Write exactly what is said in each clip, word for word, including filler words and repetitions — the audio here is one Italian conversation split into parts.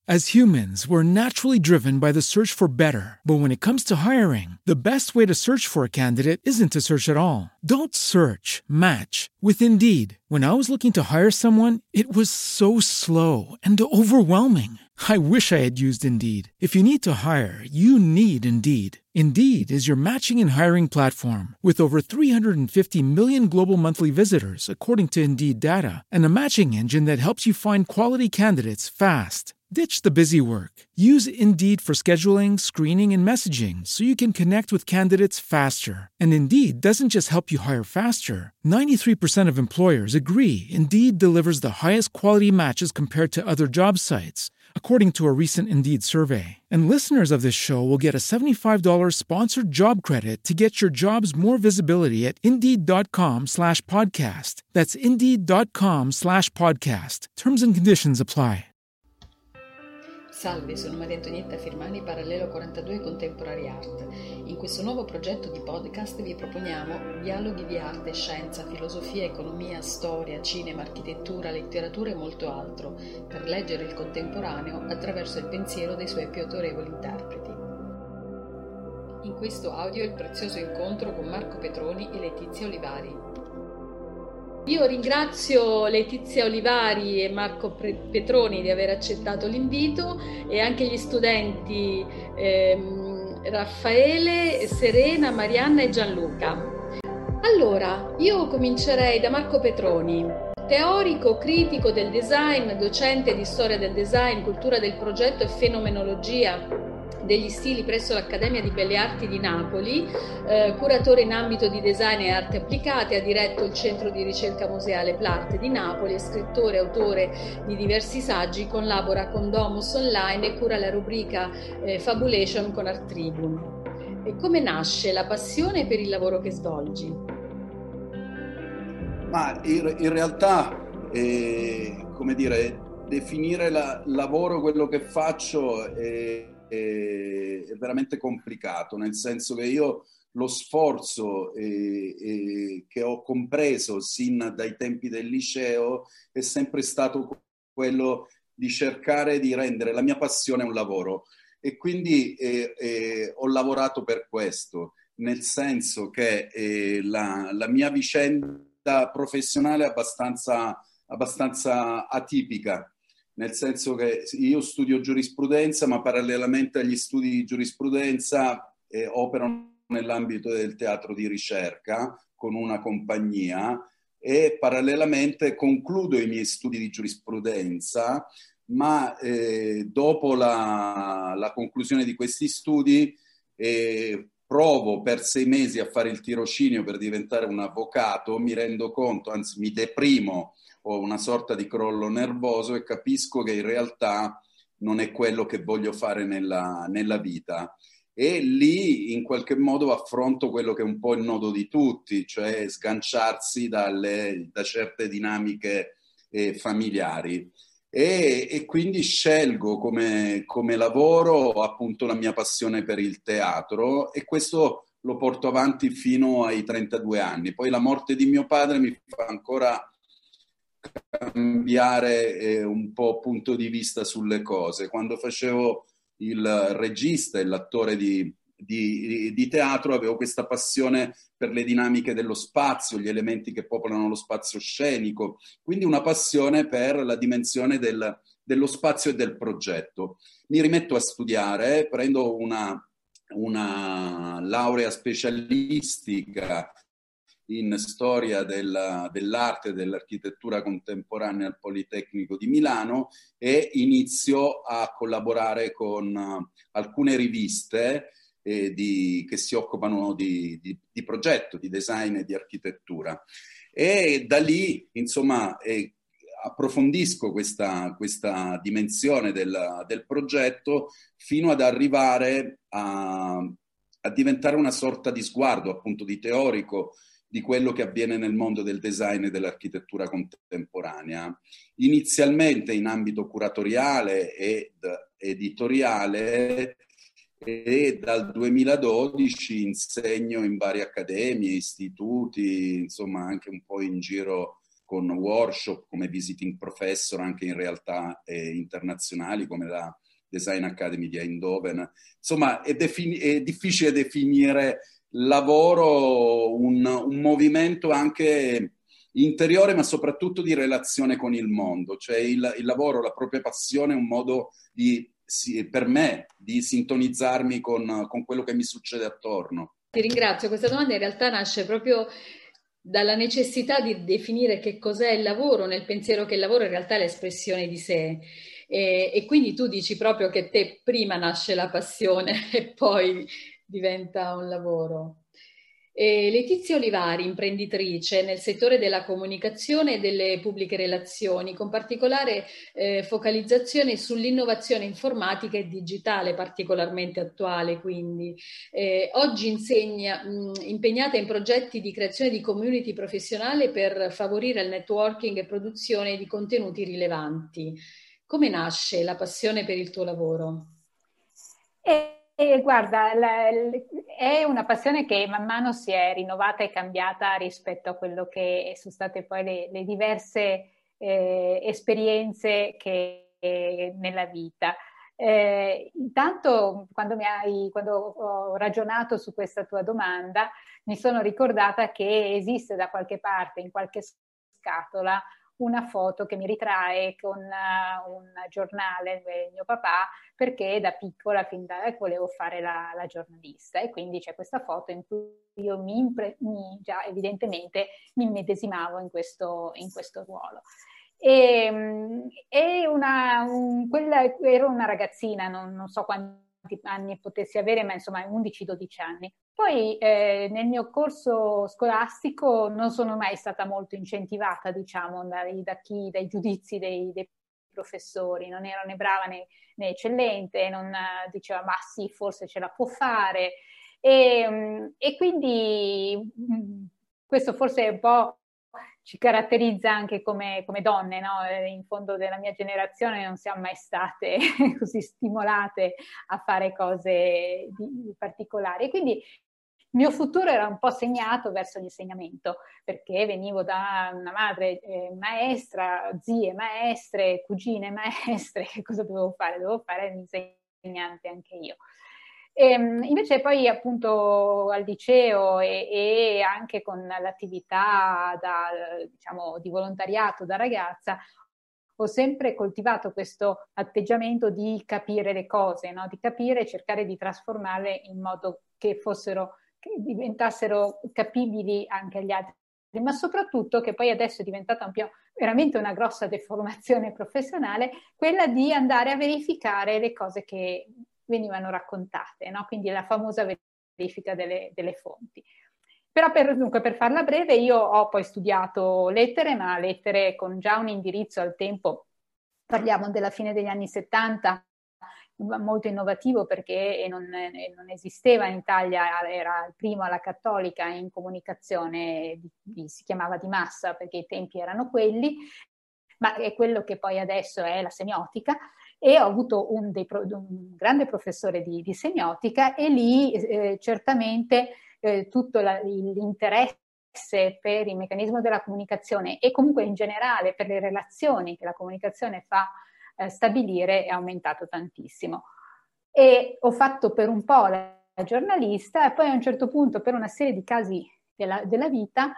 As humans, we're naturally driven by the search for better. But when it comes to hiring, the best way to search for a candidate isn't to search at all. Don't search, match with Indeed. When I was looking to hire someone, it was so slow and overwhelming. I wish I had used Indeed. If you need to hire, you need Indeed. Indeed is your matching and hiring platform with over three hundred fifty million global monthly visitors, according to Indeed data, and a matching engine that helps you find quality candidates fast. Ditch the busy work. Use Indeed for scheduling, screening, and messaging so you can connect with candidates faster. And Indeed doesn't just help you hire faster. ninety-three percent of employers agree Indeed delivers the highest quality matches compared to other job sites, according to a recent Indeed survey. And listeners of this show will get a seventy-five dollars sponsored job credit to get your jobs more visibility at Indeed.com slash podcast. That's Indeed.com slash podcast. Terms and conditions apply. Salve, sono Maria Antonietta Firmani, Parallelo quarantadue Contemporary Art. In questo nuovo progetto di podcast vi proponiamo dialoghi di arte, scienza, filosofia, economia, storia, cinema, architettura, letteratura e molto altro, per leggere il contemporaneo attraverso il pensiero dei suoi più autorevoli interpreti. In questo audio il prezioso incontro con Marco Petroni e Letizia Olivari. Io ringrazio Letizia Olivari e Marco Petroni di aver accettato l'invito e anche gli studenti ehm, Raffaele, Serena, Marianna e Gianluca. Allora, io comincerei da Marco Petroni, teorico, critico del design, docente di storia del design, cultura del progetto e fenomenologia degli stili presso l'Accademia di Belle Arti di Napoli, eh, curatore in ambito di design e arti applicate, ha diretto il centro di ricerca museale Plarte di Napoli, è scrittore e autore di diversi saggi, collabora con Domus Online e cura la rubrica eh, Fabulation con Art Tribune. E come nasce la passione per il lavoro che svolgi? Ma in, in realtà, eh, come dire, definire la, lavoro quello che faccio è è veramente complicato, nel senso che io lo sforzo eh, eh, che ho compreso sin dai tempi del liceo è sempre stato quello di cercare di rendere la mia passione un lavoro, e quindi eh, eh, ho lavorato per questo, nel senso che eh, la, la mia vicenda professionale è abbastanza, abbastanza atipica. Nel senso che io studio giurisprudenza, ma parallelamente agli studi di giurisprudenza eh, opero nell'ambito del teatro di ricerca con una compagnia e parallelamente concludo i miei studi di giurisprudenza, ma eh, dopo la, la conclusione di questi studi eh, provo per sei mesi a fare il tirocinio per diventare un avvocato, mi rendo conto, anzi mi deprimo, ho una sorta di crollo nervoso e capisco che in realtà non è quello che voglio fare nella, nella vita. E lì in qualche modo affronto quello che è un po' il nodo di tutti, cioè sganciarsi dalle, da certe dinamiche eh, familiari. E, e quindi scelgo come, come lavoro appunto la mia passione per il teatro, e questo lo porto avanti fino ai trentadue anni. Poi la morte di mio padre mi fa ancora cambiare eh, un po' punto di vista sulle cose. Quando facevo il regista e l'attore di, di, di teatro avevo questa passione per le dinamiche dello spazio, gli elementi che popolano lo spazio scenico, quindi una passione per la dimensione del, dello spazio e del progetto. Mi rimetto a studiare, prendo una, una laurea specialistica in storia della, dell'arte e dell'architettura contemporanea al Politecnico di Milano e inizio a collaborare con uh, alcune riviste eh, di, che si occupano di, di, di progetto, di design e di architettura. E da lì, insomma, eh, approfondisco questa, questa dimensione del, del progetto fino ad arrivare a, a diventare una sorta di sguardo, appunto, di teorico di quello che avviene nel mondo del design e dell'architettura contemporanea, inizialmente in ambito curatoriale ed editoriale, e dal duemiladodici insegno in varie accademie, istituti, insomma anche un po' in giro con workshop come visiting professor anche in realtà eh, internazionali come la Design Academy di Eindhoven. Insomma, è, defini- è difficile definire lavoro un, un movimento anche interiore, ma soprattutto di relazione con il mondo. Cioè il, il lavoro, la propria passione è un modo di, sì, per me, di sintonizzarmi con, con quello che mi succede attorno. Ti ringrazio. Questa domanda in realtà nasce proprio dalla necessità di definire che cos'è il lavoro, nel pensiero che il lavoro in realtà è l'espressione di sé. E, e quindi tu dici proprio che te prima nasce la passione e poi diventa un lavoro. E Letizia Olivari, imprenditrice nel settore della comunicazione e delle pubbliche relazioni, con particolare eh, focalizzazione sull'innovazione informatica e digitale, particolarmente attuale quindi. Eh, oggi insegna, mh, impegnata in progetti di creazione di community professionale per favorire il networking e produzione di contenuti rilevanti. Come nasce la passione per il tuo lavoro? E, e guarda, la, è una passione che man mano si è rinnovata e cambiata rispetto a quello che sono state poi le, le diverse eh, esperienze che eh, nella vita. Eh, intanto, quando, mi hai, quando ho ragionato su questa tua domanda, mi sono ricordata che esiste da qualche parte, in qualche scatola, una foto che mi ritrae con uh, un giornale del mio papà, perché da piccola fin da volevo fare la, la giornalista, e quindi c'è questa foto in cui io mi, impre- mi già evidentemente mi immedesimavo in questo, in questo ruolo. E, e una, un, quella, ero una ragazzina, non, non so quanti anni potessi avere, ma insomma undici dodici anni. Poi eh, nel mio corso scolastico non sono mai stata molto incentivata, diciamo, dai, da chi, dai giudizi dei, dei professori. Non ero né brava né, né eccellente, non uh, diceva ma sì, forse ce la può fare. E, um, e quindi um, questo forse è un po' ci caratterizza anche come, come donne, no? In fondo della mia generazione non siamo mai state così stimolate a fare cose di, particolari. Quindi il mio futuro era un po' segnato verso l'insegnamento, perché venivo da una madre eh, maestra, zie maestre, cugine maestre. Che cosa dovevo fare? Dovevo fare l'insegnante anche io. E, invece poi appunto al liceo e, e anche con l'attività da, diciamo, di volontariato da ragazza ho sempre coltivato questo atteggiamento di capire le cose, no? Di capire e cercare di trasformarle in modo che fossero, che diventassero capibili anche agli altri, ma soprattutto, che poi adesso è diventata un po' veramente una grossa deformazione professionale, quella di andare a verificare le cose che venivano raccontate, no? Quindi la famosa verifica delle, delle fonti. Però per, dunque, per farla breve, io ho poi studiato lettere, ma lettere con già un indirizzo al tempo, parliamo della fine degli anni settanta, molto innovativo perché non, non esisteva in Italia, era il primo alla Cattolica in comunicazione, di, di, si chiamava di massa perché i tempi erano quelli, ma è quello che poi adesso è la semiotica. E ho avuto un, dei, un grande professore di, di semiotica, e lì eh, certamente eh, tutto la, l'interesse per il meccanismo della comunicazione e comunque in generale per le relazioni che la comunicazione fa eh, stabilire è aumentato tantissimo. E ho fatto per un po' la, la giornalista, e poi a un certo punto, per una serie di casi della, della vita,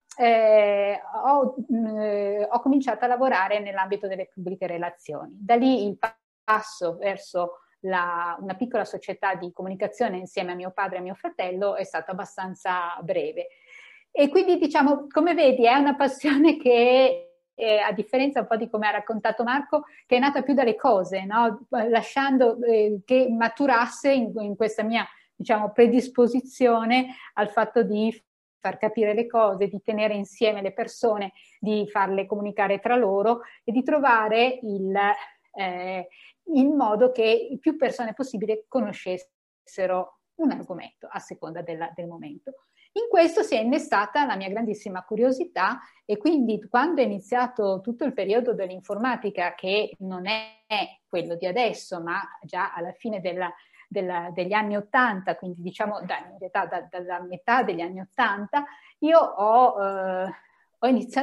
Eh, ho, eh, ho cominciato a lavorare nell'ambito delle pubbliche relazioni. Da lì il passo verso la, una piccola società di comunicazione insieme a mio padre e a mio fratello è stato abbastanza breve. E quindi, diciamo, come vedi, è una passione che, eh, a differenza un po' di come ha raccontato Marco, che è nata più dalle cose, no? Lasciando eh, che maturasse in, in questa mia, diciamo, predisposizione al fatto di far capire le cose, di tenere insieme le persone, di farle comunicare tra loro e di trovare il, eh, il modo che più persone possibile conoscessero un argomento a seconda della, del momento. In questo si è innestata la mia grandissima curiosità, e quindi quando è iniziato tutto il periodo dell'informatica, che non è quello di adesso, ma già alla fine della Della, degli anni ottanta, quindi diciamo da, in realtà da, dalla metà degli anni ottanta, io ho, eh, ho iniziato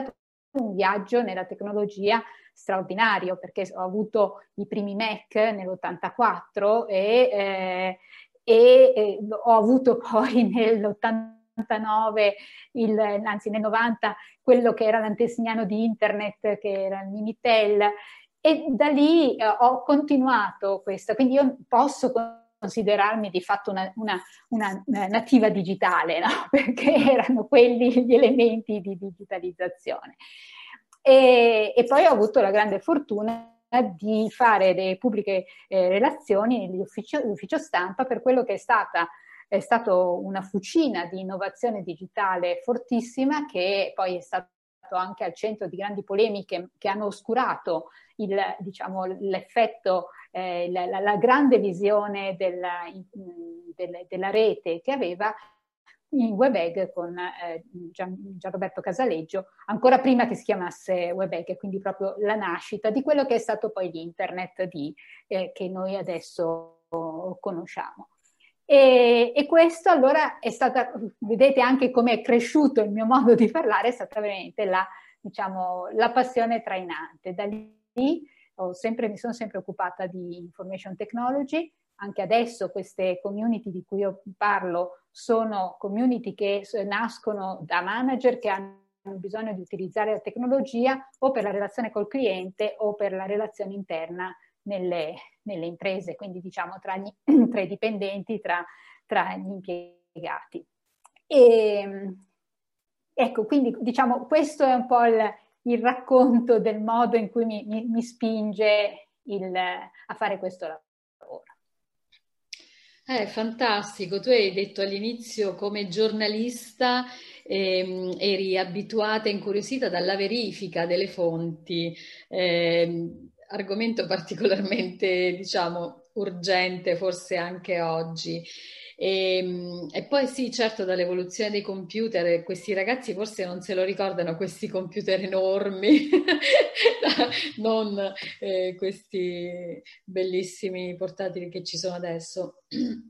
un viaggio nella tecnologia straordinario, perché ho avuto i primi Mac nell'ottantaquattro e, eh, e eh, ho avuto poi nell'ottantanove, il, anzi nel novanta, quello che era l'antesignano di internet, che era il Minitel, e da lì eh, ho continuato questa, quindi io posso considerarmi di fatto una, una, una nativa digitale, no? Perché erano quelli gli elementi di digitalizzazione. E, e poi ho avuto la grande fortuna di fare le pubbliche eh, relazioni, l'ufficio, l'ufficio stampa, per quello che è stata è stato una fucina di innovazione digitale fortissima, che poi è stato anche al centro di grandi polemiche che hanno oscurato il, diciamo, l'effetto, eh, la, la, la grande visione della, del, della rete che aveva in WebEgg con eh, Gian, Gianroberto Casaleggio, ancora prima che si chiamasse WebEgg, quindi proprio la nascita di quello che è stato poi l'internet di, eh, che noi adesso conosciamo. E, e questo allora è stata, vedete anche come è cresciuto il mio modo di parlare, è stata veramente la, diciamo, la passione trainante. Da lì ho sempre, mi sono sempre occupata di information technology. Anche adesso queste community di cui io parlo sono community che nascono da manager che hanno bisogno di utilizzare la tecnologia o per la relazione col cliente o per la relazione interna nelle, nelle imprese, quindi diciamo tra, gli, tra i dipendenti, tra, tra gli impiegati. E, ecco, quindi diciamo questo è un po' il, il racconto del modo in cui mi, mi, mi spinge il, a fare questo lavoro. È fantastico, tu hai detto all'inizio come giornalista ehm, eri abituata e incuriosita dalla verifica delle fonti, ehm, argomento particolarmente, diciamo, urgente forse anche oggi. E, e poi sì, certo, dall'evoluzione dei computer, questi ragazzi forse non se lo ricordano, questi computer enormi, non eh, questi bellissimi portatili che ci sono adesso.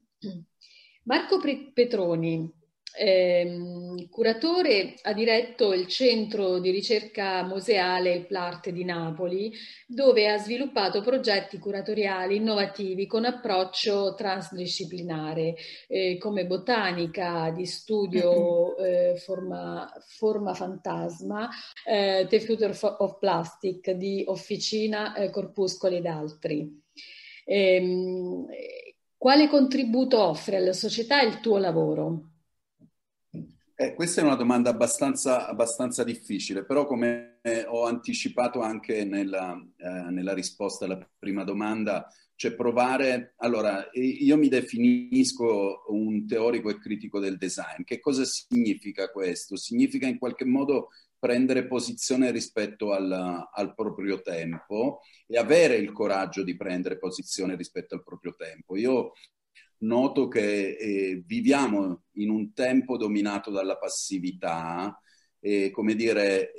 Marco Petroni, ehm, curatore, ha diretto il centro di ricerca museale Il Plart di Napoli, dove ha sviluppato progetti curatoriali innovativi con approccio transdisciplinare, eh, come botanica di studio eh, forma, forma fantasma, eh, The Future of Plastic di Officina eh, Corpuscoli ed altri. Ehm, quale contributo offre alla società il tuo lavoro? Eh, questa è una domanda abbastanza, abbastanza difficile, però come ho anticipato anche nella, eh, nella risposta alla prima domanda, cioè provare... Allora, io mi definisco un teorico e critico del design. Che cosa significa questo? Significa in qualche modo prendere posizione rispetto al, al proprio tempo e avere il coraggio di prendere posizione rispetto al proprio tempo. Io noto che eh, viviamo in un tempo dominato dalla passività e, come dire,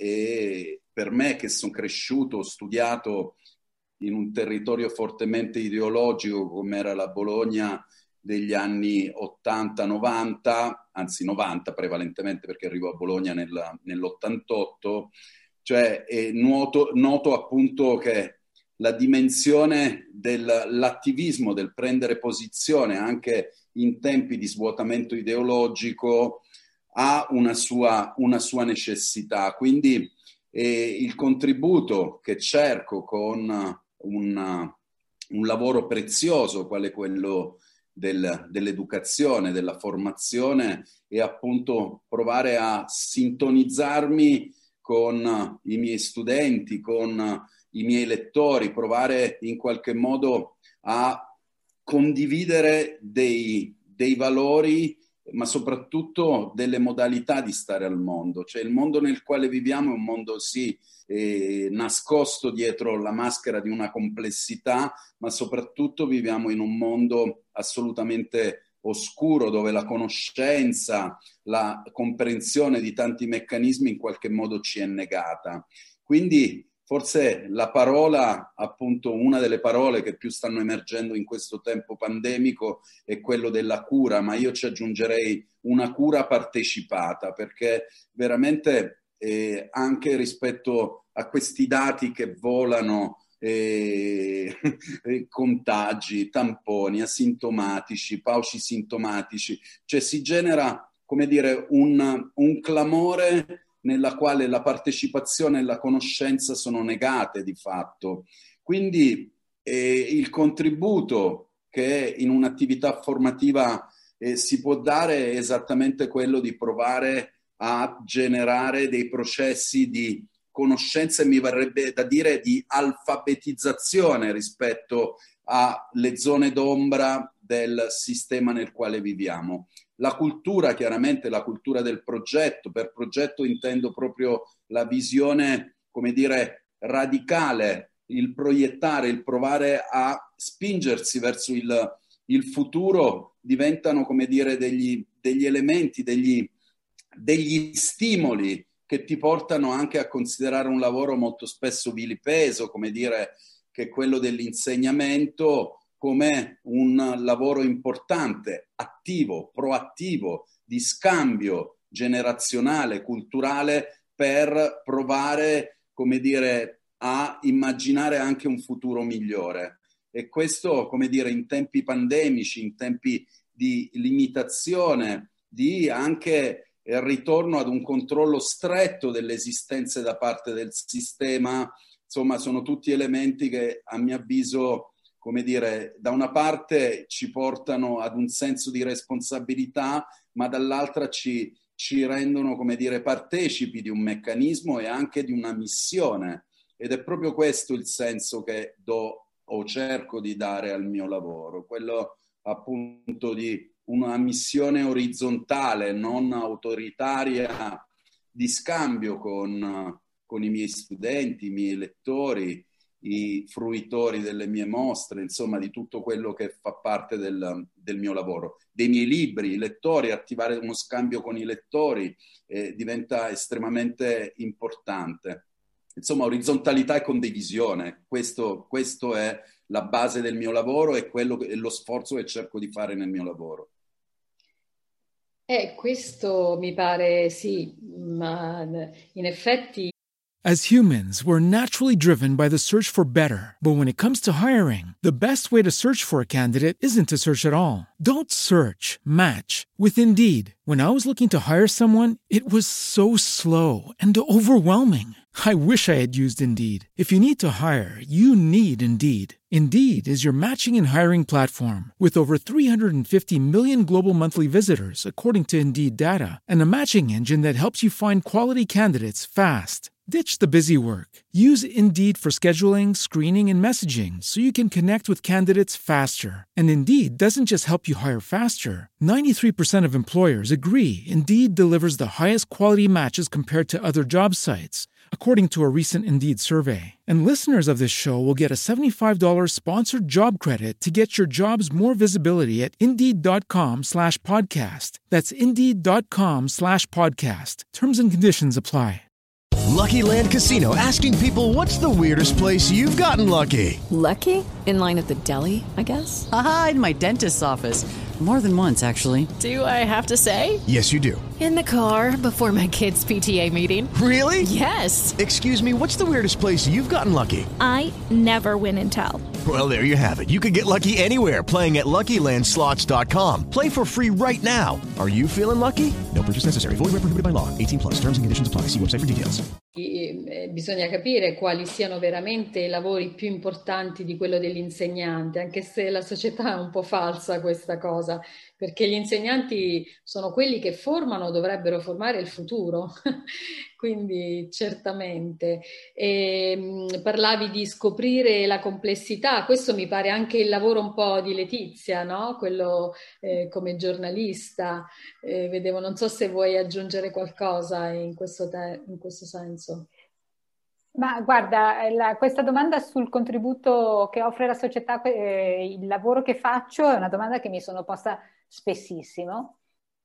e per me che sono cresciuto, ho studiato in un territorio fortemente ideologico come era la Bologna degli anni ottanta novanta, anzi novanta prevalentemente perché arrivo a Bologna nel, nell'ottantotto, cioè eh, noto, noto appunto che la dimensione dell'attivismo, del prendere posizione anche in tempi di svuotamento ideologico ha una sua, una sua necessità. Quindi eh, il contributo che cerco con un, un lavoro prezioso quale quello del, dell'educazione, della formazione è appunto provare a sintonizzarmi con i miei studenti, con i miei lettori, provare in qualche modo a condividere dei, dei valori, ma soprattutto delle modalità di stare al mondo. Cioè il mondo nel quale viviamo è un mondo sì eh, nascosto dietro la maschera di una complessità, ma soprattutto viviamo in un mondo assolutamente oscuro dove la conoscenza, la comprensione di tanti meccanismi in qualche modo ci è negata. Quindi forse la parola, appunto una delle parole che più stanno emergendo in questo tempo pandemico è quello della cura, ma io ci aggiungerei una cura partecipata, perché veramente eh, anche rispetto a questi dati che volano, eh, contagi, tamponi, asintomatici, paucisintomatici, cioè si genera, come dire, un, un clamore nella quale la partecipazione e la conoscenza sono negate di fatto. Quindi eh, il contributo che in un'attività formativa eh, si può dare è esattamente quello di provare a generare dei processi di conoscenza e mi verrebbe da dire di alfabetizzazione rispetto alle zone d'ombra del sistema nel quale viviamo. La cultura, chiaramente la cultura del progetto, per progetto intendo proprio la visione, come dire, radicale, il proiettare, il provare a spingersi verso il, il futuro, diventano, come dire, degli, degli elementi, degli, degli stimoli che ti portano anche a considerare un lavoro molto spesso vilipeso, come dire, che è quello dell'insegnamento, come un lavoro importante, attivo, proattivo, di scambio generazionale, culturale, per provare, come dire, a immaginare anche un futuro migliore. E questo, come dire, in tempi pandemici, in tempi di limitazione, di anche il ritorno ad un controllo stretto delle esistenze da parte del sistema, insomma, sono tutti elementi che, a mio avviso, come dire, da una parte ci portano ad un senso di responsabilità, ma dall'altra ci, ci rendono, come dire, partecipi di un meccanismo e anche di una missione. Ed è proprio questo il senso che do o cerco di dare al mio lavoro, quello appunto di una missione orizzontale, non autoritaria, di scambio con, con i miei studenti, i miei lettori, i fruitori delle mie mostre, insomma di tutto quello che fa parte del, del mio lavoro, dei miei libri, i lettori, attivare uno scambio con i lettori eh, diventa estremamente importante. Insomma, orizzontalità e condivisione, questo, questo è la base del mio lavoro e quello che, è lo sforzo che cerco di fare nel mio lavoro. Eh, questo mi pare sì, ma in effetti As humans, we're naturally driven by the search for better. But when it comes to hiring, the best way to search for a candidate isn't to search at all. Don't search, match with Indeed. When I was looking to hire someone, it was so slow and overwhelming. I wish I had used Indeed. If you need to hire, you need Indeed. Indeed is your matching and hiring platform with over three hundred fifty million global monthly visitors, according to Indeed data, and a matching engine that helps you find quality candidates fast. Ditch the busy work. Use Indeed for scheduling, screening, and messaging so you can connect with candidates faster. And Indeed doesn't just help you hire faster. ninety-three percent of employers agree Indeed delivers the highest quality matches compared to other job sites, according to a recent Indeed survey. And listeners of this show will get a seventy-five dollars sponsored job credit to get your jobs more visibility at Indeed.com slash podcast. That's Indeed.com slash podcast. Terms and conditions apply. Lucky Land Casino, asking people, what's the weirdest place you've gotten lucky? Lucky? In line at the deli, I guess? Aha, in my dentist's office. More than once, actually. Do I have to say? Yes, you do. In the car before my kids' P T A meeting. Really? Yes. Excuse me, what's the weirdest place you've gotten lucky? I never win and tell. Well, there you have it. You can get lucky anywhere, playing at Lucky Land Slots dot com. Play for free right now. Are you feeling lucky? No purchase necessary. Void where prohibited by law. eighteen plus. Terms and conditions apply. See website for details. Bisogna capire quali siano veramente i lavori più importanti di quello dell'insegnante, anche se la società è un po' falsa questa cosa, perché gli insegnanti sono quelli che formano, dovrebbero formare il futuro, quindi certamente. E, mh, parlavi di scoprire la complessità, questo mi pare anche il lavoro un po' di Letizia, no? Quello eh, come giornalista, eh, vedevo, non so se vuoi aggiungere qualcosa in questo, te- in questo senso. Ma guarda, la- questa domanda sul contributo che offre la società, eh, il lavoro che faccio, è una domanda che mi sono posta spessissimo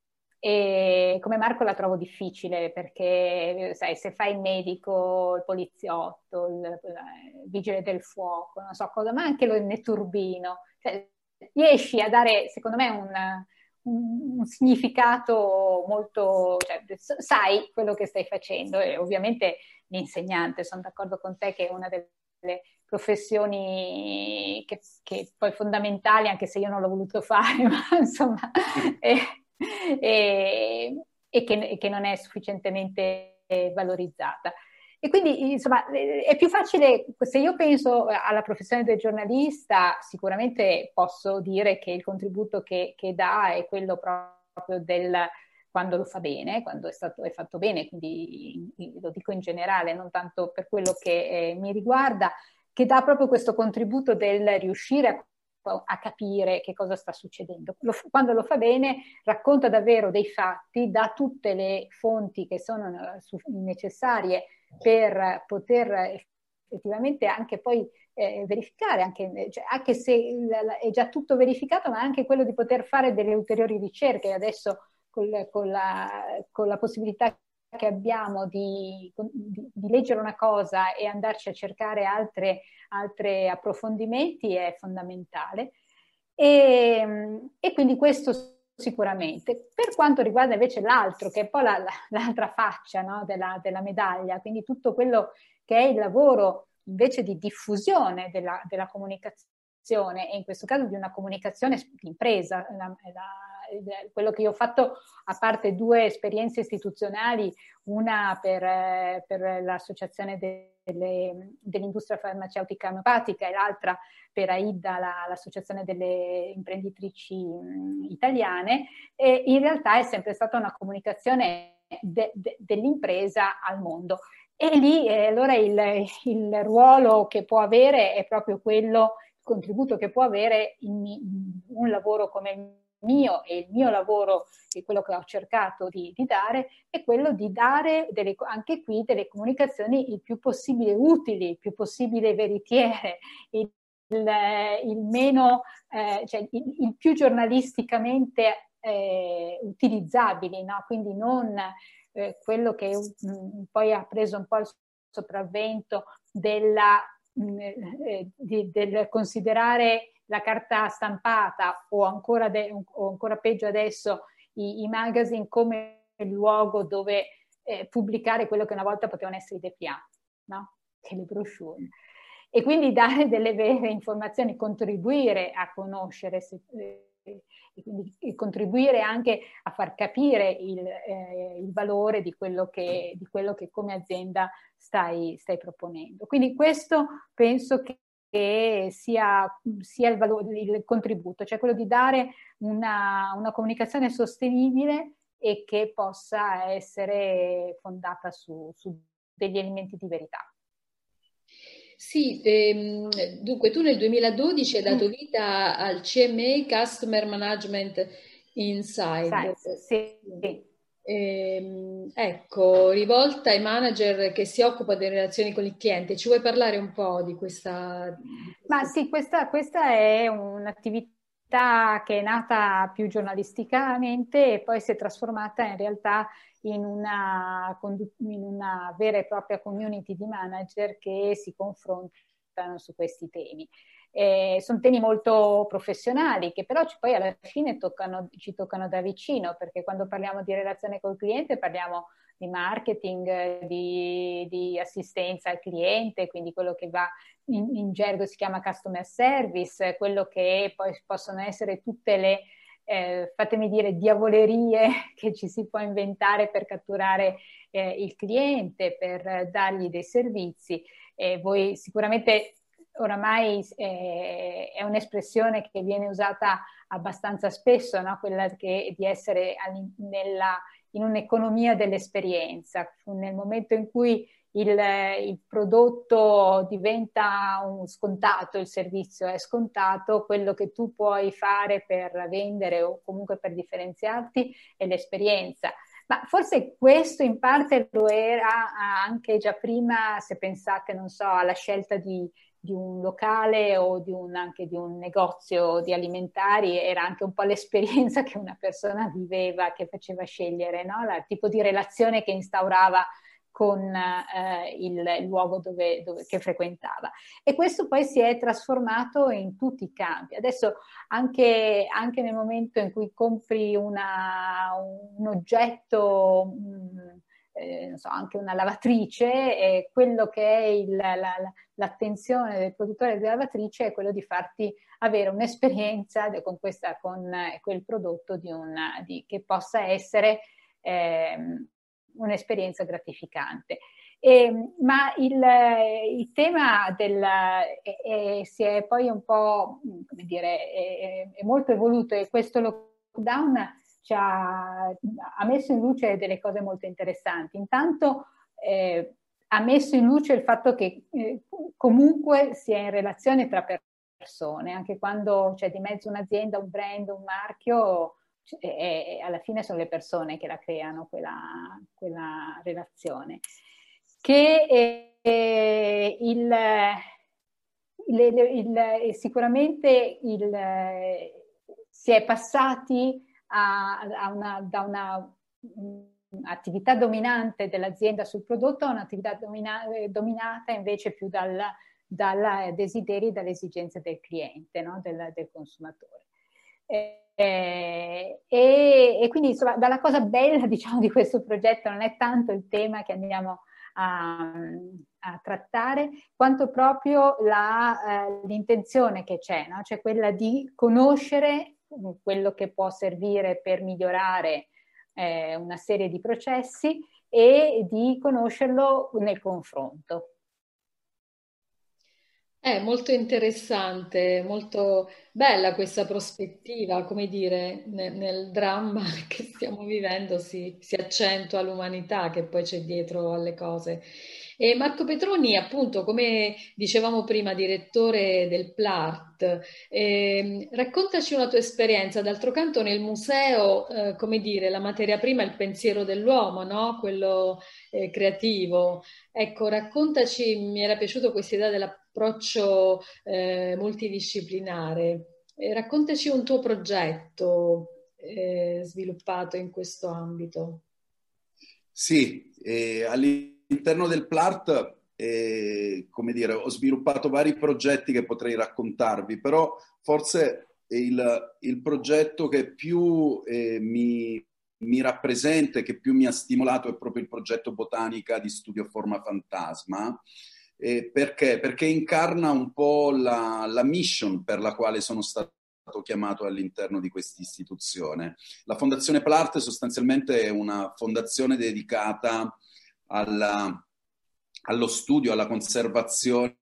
e come Marco la trovo difficile perché, sai, se fai il medico, il poliziotto, il, il vigile del fuoco, non so cosa, ma anche lo, il netturbino, cioè, riesci a dare, secondo me, un, un, un significato molto, cioè, sai quello che stai facendo. E ovviamente l'insegnante, sono d'accordo con te che è una delle professioni che, che poi fondamentali, anche se io non l'ho voluto fare, ma insomma, e, e, e, che, e che non è sufficientemente valorizzata. E quindi, insomma, è più facile, se io penso alla professione del giornalista, sicuramente posso dire che il contributo che, che dà è quello proprio del quando lo fa bene, quando è stato è fatto bene, quindi lo dico in generale, non tanto per quello che eh, mi riguarda, che dà proprio questo contributo del riuscire a a capire che cosa sta succedendo. Lo, quando lo fa bene racconta davvero dei fatti, dà tutte le fonti che sono necessarie per poter effettivamente anche poi eh, verificare, anche, cioè, anche se è già tutto verificato, ma anche quello di poter fare delle ulteriori ricerche. Adesso con, con, la, con la possibilità che abbiamo di, di, di leggere una cosa e andarci a cercare altre, altre approfondimenti è fondamentale. E, e quindi questo sicuramente. Per quanto riguarda invece l'altro, che è poi la, la, l'altra faccia, no, della, della medaglia, quindi tutto quello che è il lavoro invece di diffusione della, della comunicazione, e in questo caso di una comunicazione d'impresa, la, la, quello che io ho fatto, a parte due esperienze istituzionali, una per, per l'associazione delle, dell'industria farmaceutica omeopatica e l'altra per AIDA, la, l'associazione delle imprenditrici mh, italiane, e in realtà è sempre stata una comunicazione de, de, dell'impresa al mondo. E lì eh, allora il, il ruolo che può avere è proprio quello, il contributo che può avere in, in un lavoro come il mio, e il mio lavoro, che è quello che ho cercato di, di dare, è quello di dare delle, anche qui delle comunicazioni il più possibile utili, il più possibile veritiere, il, il, il meno, eh, cioè il, il più giornalisticamente eh, utilizzabili, no? Quindi non eh, quello che mh, poi ha preso un po' il sopravvento della, mh, eh, di, del considerare la carta stampata o ancora, de- o ancora peggio adesso i, i magazine come il luogo dove eh, pubblicare quello che una volta potevano essere i dépliant, no? Che le brochure. E quindi dare delle vere informazioni, contribuire a conoscere, se, eh, e quindi contribuire anche a far capire il, eh, il valore di quello, che, di quello che come azienda stai, stai proponendo. Quindi questo penso che che sia, sia il, valore, il contributo, cioè quello di dare una, una comunicazione sostenibile e che possa essere fondata su, su degli elementi di verità. Sì, ehm, dunque tu nel duemiladodici hai dato vita al C M A Customer Management Inside. Sì, sì. Ehm, ecco, rivolta ai manager che si occupa delle relazioni con il cliente. Ci vuoi parlare un po' di questa? Di questa... Ma sì, questa, questa è un'attività che è nata più giornalisticamente e poi si è trasformata in realtà in una, in una vera e propria community di manager che si confrontano su questi temi. Eh, sono temi molto professionali che però ci, poi alla fine toccano, ci toccano da vicino, perché quando parliamo di relazione col cliente parliamo di marketing, di, di assistenza al cliente, quindi quello che va in, in gergo si chiama customer service, quello che poi possono essere tutte le, eh, fatemi dire, diavolerie che ci si può inventare per catturare eh, il cliente, per dargli dei servizi. Eh, voi sicuramente oramai eh, è un'espressione che viene usata abbastanza spesso, no? Quella che, di essere nella, in un'economia dell'esperienza, nel momento in cui il, il prodotto diventa un scontato, il servizio è scontato, quello che tu puoi fare per vendere o comunque per differenziarti è l'esperienza. Ma forse questo in parte lo era anche già prima, se pensate, non so, alla scelta di di un locale o di un, anche di un negozio di alimentari, era anche un po' l'esperienza che una persona viveva che faceva scegliere, no? Il tipo di relazione che instaurava con eh, il, il luogo dove, dove, che frequentava. E questo poi si è trasformato in tutti i campi. Adesso anche, anche nel momento in cui compri una, un oggetto, mh, eh, non so, anche una lavatrice, eh, quello che è il, la, la, l'attenzione del produttore della lavatrice è quello di farti avere un'esperienza con, questa, con quel prodotto di una, di, che possa essere eh, un'esperienza gratificante. E, ma il, il tema del, è, è, si è poi un po', come dire, è, è molto evoluto, e questo lockdown ci ha, ha messo in luce delle cose molto interessanti. Intanto eh, ha messo in luce il fatto che eh, comunque si è in relazione tra persone, anche quando c'è di mezzo un'azienda, un brand, un marchio, e, e alla fine sono le persone che la creano quella, quella relazione. Che eh, il, il, il, sicuramente il, si è passati a, a una, da una attività dominante dell'azienda sul prodotto a un'attività domina, dominata invece più dal, dal desideri e dalle esigenze del cliente, no? del, del consumatore. Eh, e, e quindi insomma, dalla cosa bella, diciamo, di questo progetto non è tanto il tema che andiamo a, a trattare, quanto proprio la, eh, l'intenzione che c'è, no? Cioè quella di conoscere quello che può servire per migliorare eh, una serie di processi e di conoscerlo nel confronto. È molto interessante, molto bella questa prospettiva, come dire, nel, nel dramma che stiamo vivendo si, si accentua l'umanità che poi c'è dietro alle cose. E Marco Petroni, appunto, come dicevamo prima, direttore del Plart, eh, raccontaci una tua esperienza. D'altro canto nel museo, eh, come dire, la materia prima è il pensiero dell'uomo, no? Quello eh, creativo. Ecco, raccontaci, mi era piaciuto questa idea dell'approccio eh, multidisciplinare. Eh, raccontaci un tuo progetto eh, sviluppato in questo ambito. Sì, eh, all'interno del Plart, eh, come dire, ho sviluppato vari progetti che potrei raccontarvi, però forse il, il progetto che più eh, mi mi rappresenta e che più mi ha stimolato è proprio il progetto Botanica di Studio Forma Fantasma. Eh, perché? Perché incarna un po' la, la mission per la quale sono stato chiamato all'interno di questa istituzione. La Fondazione Plart sostanzialmente è una fondazione dedicata alla, allo studio, alla conservazione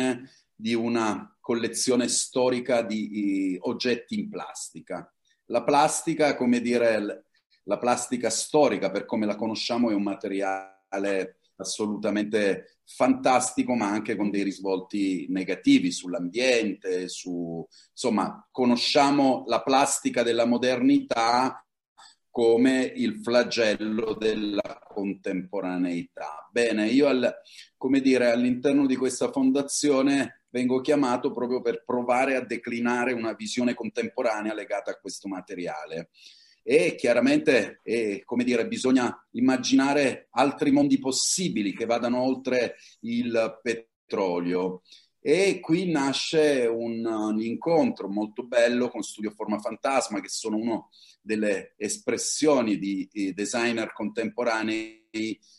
di una collezione storica di, di oggetti in plastica. La plastica, come dire, la plastica storica, per come la conosciamo, è un materiale assolutamente fantastico, ma anche con dei risvolti negativi sull'ambiente, su, insomma, conosciamo la plastica della modernità come il flagello della contemporaneità. Bene, io al, come dire, all'interno di questa fondazione vengo chiamato proprio per provare a declinare una visione contemporanea legata a questo materiale. E chiaramente, eh, come dire, bisogna immaginare altri mondi possibili che vadano oltre il petrolio. E qui nasce un, un incontro molto bello con Studio Forma Fantasma, che sono una delle espressioni di, di designer contemporanei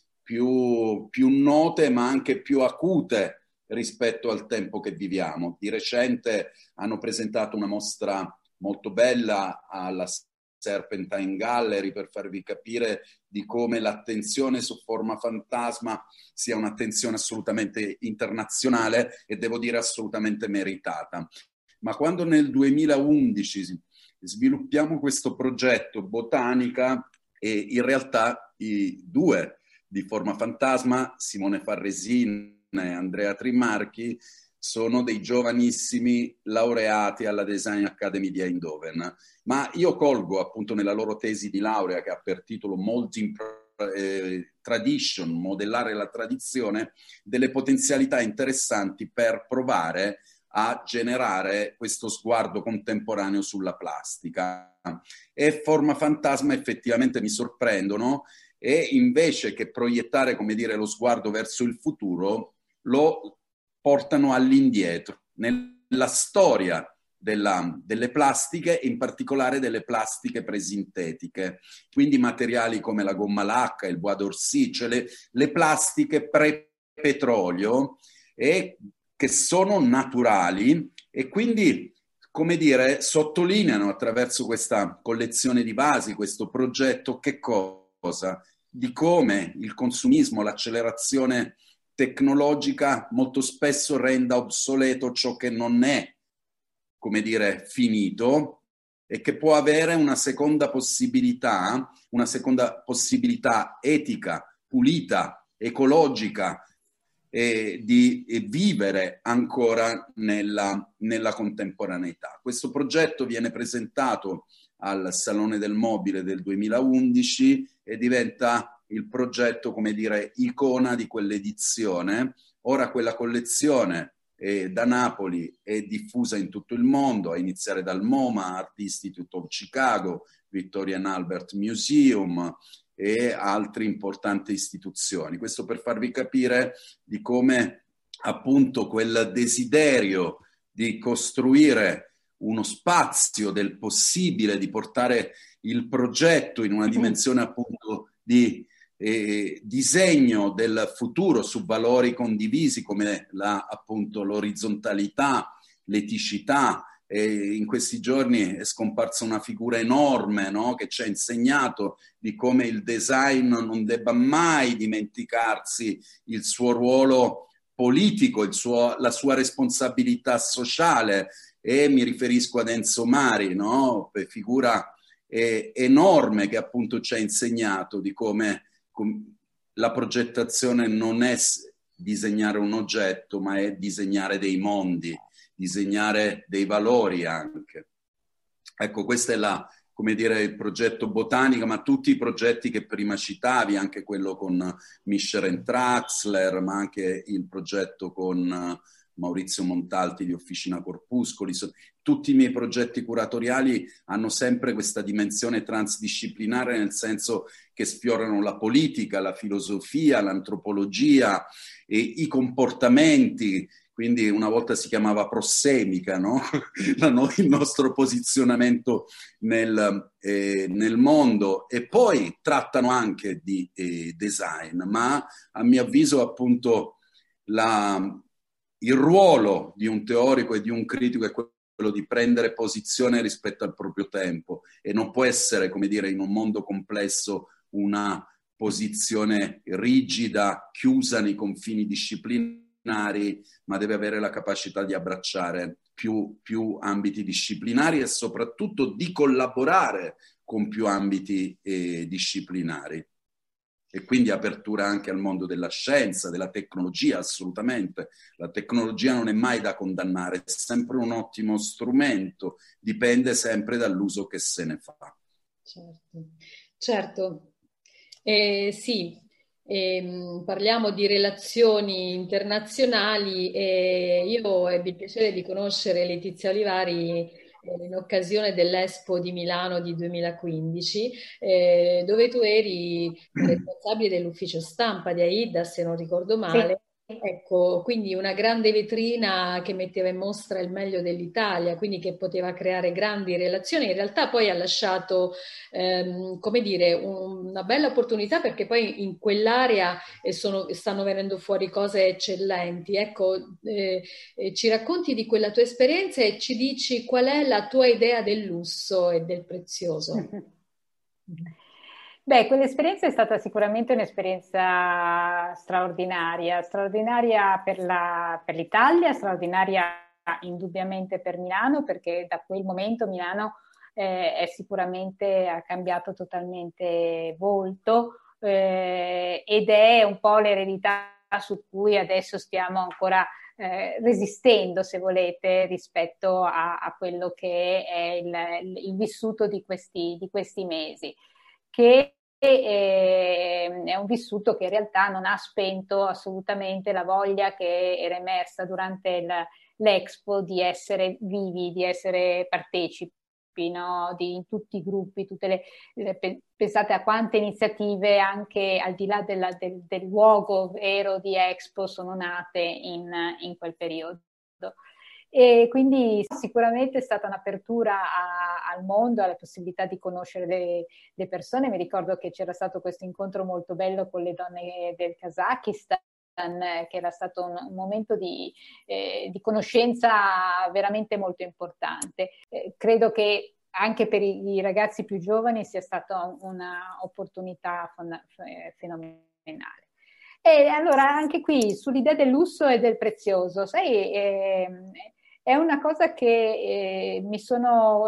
più, più note, ma anche più acute rispetto al tempo che viviamo. Di recente hanno presentato una mostra molto bella alla Serpentine Gallery per farvi capire di come l'attenzione su Forma Fantasma sia un'attenzione assolutamente internazionale e devo dire assolutamente meritata. Ma quando nel duemilaundici sviluppiamo questo progetto Botanica, e in realtà i due di Forma Fantasma, Simone Farresina e Andrea Trimarchi, sono dei giovanissimi laureati alla Design Academy di Eindhoven, ma io colgo appunto nella loro tesi di laurea, che ha per titolo Molding eh, Tradition, modellare la tradizione, delle potenzialità interessanti per provare a generare questo sguardo contemporaneo sulla plastica. E Forma Fantasma effettivamente mi sorprendono e invece che proiettare, come dire, lo sguardo verso il futuro, lo portano all'indietro, nella storia della, delle plastiche, in particolare delle plastiche presintetiche, quindi materiali come la gomma lacca, il bois d'Orsay, cioè le, le plastiche pre-petrolio, e che sono naturali e quindi, come dire, sottolineano attraverso questa collezione di vasi, questo progetto, che cosa? Di come il consumismo, l'accelerazione tecnologica molto spesso renda obsoleto ciò che non è, come dire, finito, e che può avere una seconda possibilità, una seconda possibilità etica, pulita, ecologica, e di e vivere ancora nella, nella contemporaneità. Questo progetto viene presentato al Salone del Mobile del duemilaundici e diventa il progetto, come dire, icona di quell'edizione. Ora quella collezione eh, da Napoli è diffusa in tutto il mondo, a iniziare dal MoMA, Art Institute of Chicago, Victoria and Albert Museum e altre importanti istituzioni. Questo per farvi capire di come appunto quel desiderio di costruire uno spazio del possibile, di portare il progetto in una dimensione appunto di eh, disegno del futuro su valori condivisi come la, appunto l'orizzontalità, l'eticità. E in questi giorni è scomparsa una figura enorme, no? Che ci ha insegnato di come il design non debba mai dimenticarsi il suo ruolo politico, il suo, la sua responsabilità sociale, e mi riferisco ad Enzo Mari, no? Figura eh, enorme che appunto ci ha insegnato di come com- la progettazione non è disegnare un oggetto, ma è disegnare dei mondi, disegnare dei valori anche. Ecco, questo è la, come dire, il progetto Botanica, ma tutti i progetti che prima citavi, anche quello con Mischer e Traxler, ma anche il progetto con Maurizio Montalti di Officina Corpuscoli. Tutti i miei progetti curatoriali hanno sempre questa dimensione transdisciplinare, nel senso che sfiorano la politica, la filosofia, l'antropologia e i comportamenti. Quindi una volta si chiamava prossemica, no? Il nostro posizionamento nel, eh, nel mondo, e poi trattano anche di eh, design, ma a mio avviso appunto la, il ruolo di un teorico e di un critico è quello di prendere posizione rispetto al proprio tempo, e non può essere, come dire, in un mondo complesso una posizione rigida, chiusa nei confini disciplinari, ma deve avere la capacità di abbracciare più, più ambiti disciplinari e soprattutto di collaborare con più ambiti eh, disciplinari. E quindi apertura anche al mondo della scienza, della tecnologia, assolutamente. La tecnologia non è mai da condannare, è sempre un ottimo strumento, dipende sempre dall'uso che se ne fa. Certo, certo. Eh, sì. E, parliamo di relazioni internazionali e io ebbi il piacere di conoscere Letizia Olivari eh, in occasione dell'Expo di Milano di duemilaquindici, eh, dove tu eri responsabile dell'ufficio stampa di AIDA, se non ricordo male. Sì. Ecco, quindi una grande vetrina che metteva in mostra il meglio dell'Italia, quindi che poteva creare grandi relazioni. In realtà poi ha lasciato, ehm, come dire, un, una bella opportunità, perché poi in quell'area eh, sono, stanno venendo fuori cose eccellenti. Ecco, eh, eh, ci racconti di quella tua esperienza e ci dici qual è la tua idea del lusso e del prezioso. Beh, quell'esperienza è stata sicuramente un'esperienza straordinaria, straordinaria per la, per l'Italia, straordinaria indubbiamente per Milano, perché da quel momento Milano eh, è sicuramente ha cambiato totalmente volto eh, ed è un po' l'eredità su cui adesso stiamo ancora eh, resistendo, se volete, rispetto a, a quello che è il, il vissuto di questi, di questi mesi, che E, è un vissuto che in realtà non ha spento assolutamente la voglia che era emersa durante il, l'Expo di essere vivi, di essere partecipi gruppi, no? Di, in tutti i gruppi, tutte le, le, pensate a quante iniziative anche al di là della, del, del luogo vero di Expo sono nate in, in quel periodo. E quindi sicuramente è stata un'apertura a, al mondo, alla possibilità di conoscere le, le persone. Mi ricordo che c'era stato questo incontro molto bello con le donne del Kazakistan, che era stato un, un momento di, eh, di conoscenza veramente molto importante. Eh, credo che anche per i, i ragazzi più giovani sia stata un'opportunità fenomenale. E allora anche qui sull'idea del lusso e del prezioso, sai, eh, è una cosa che eh, mi sono,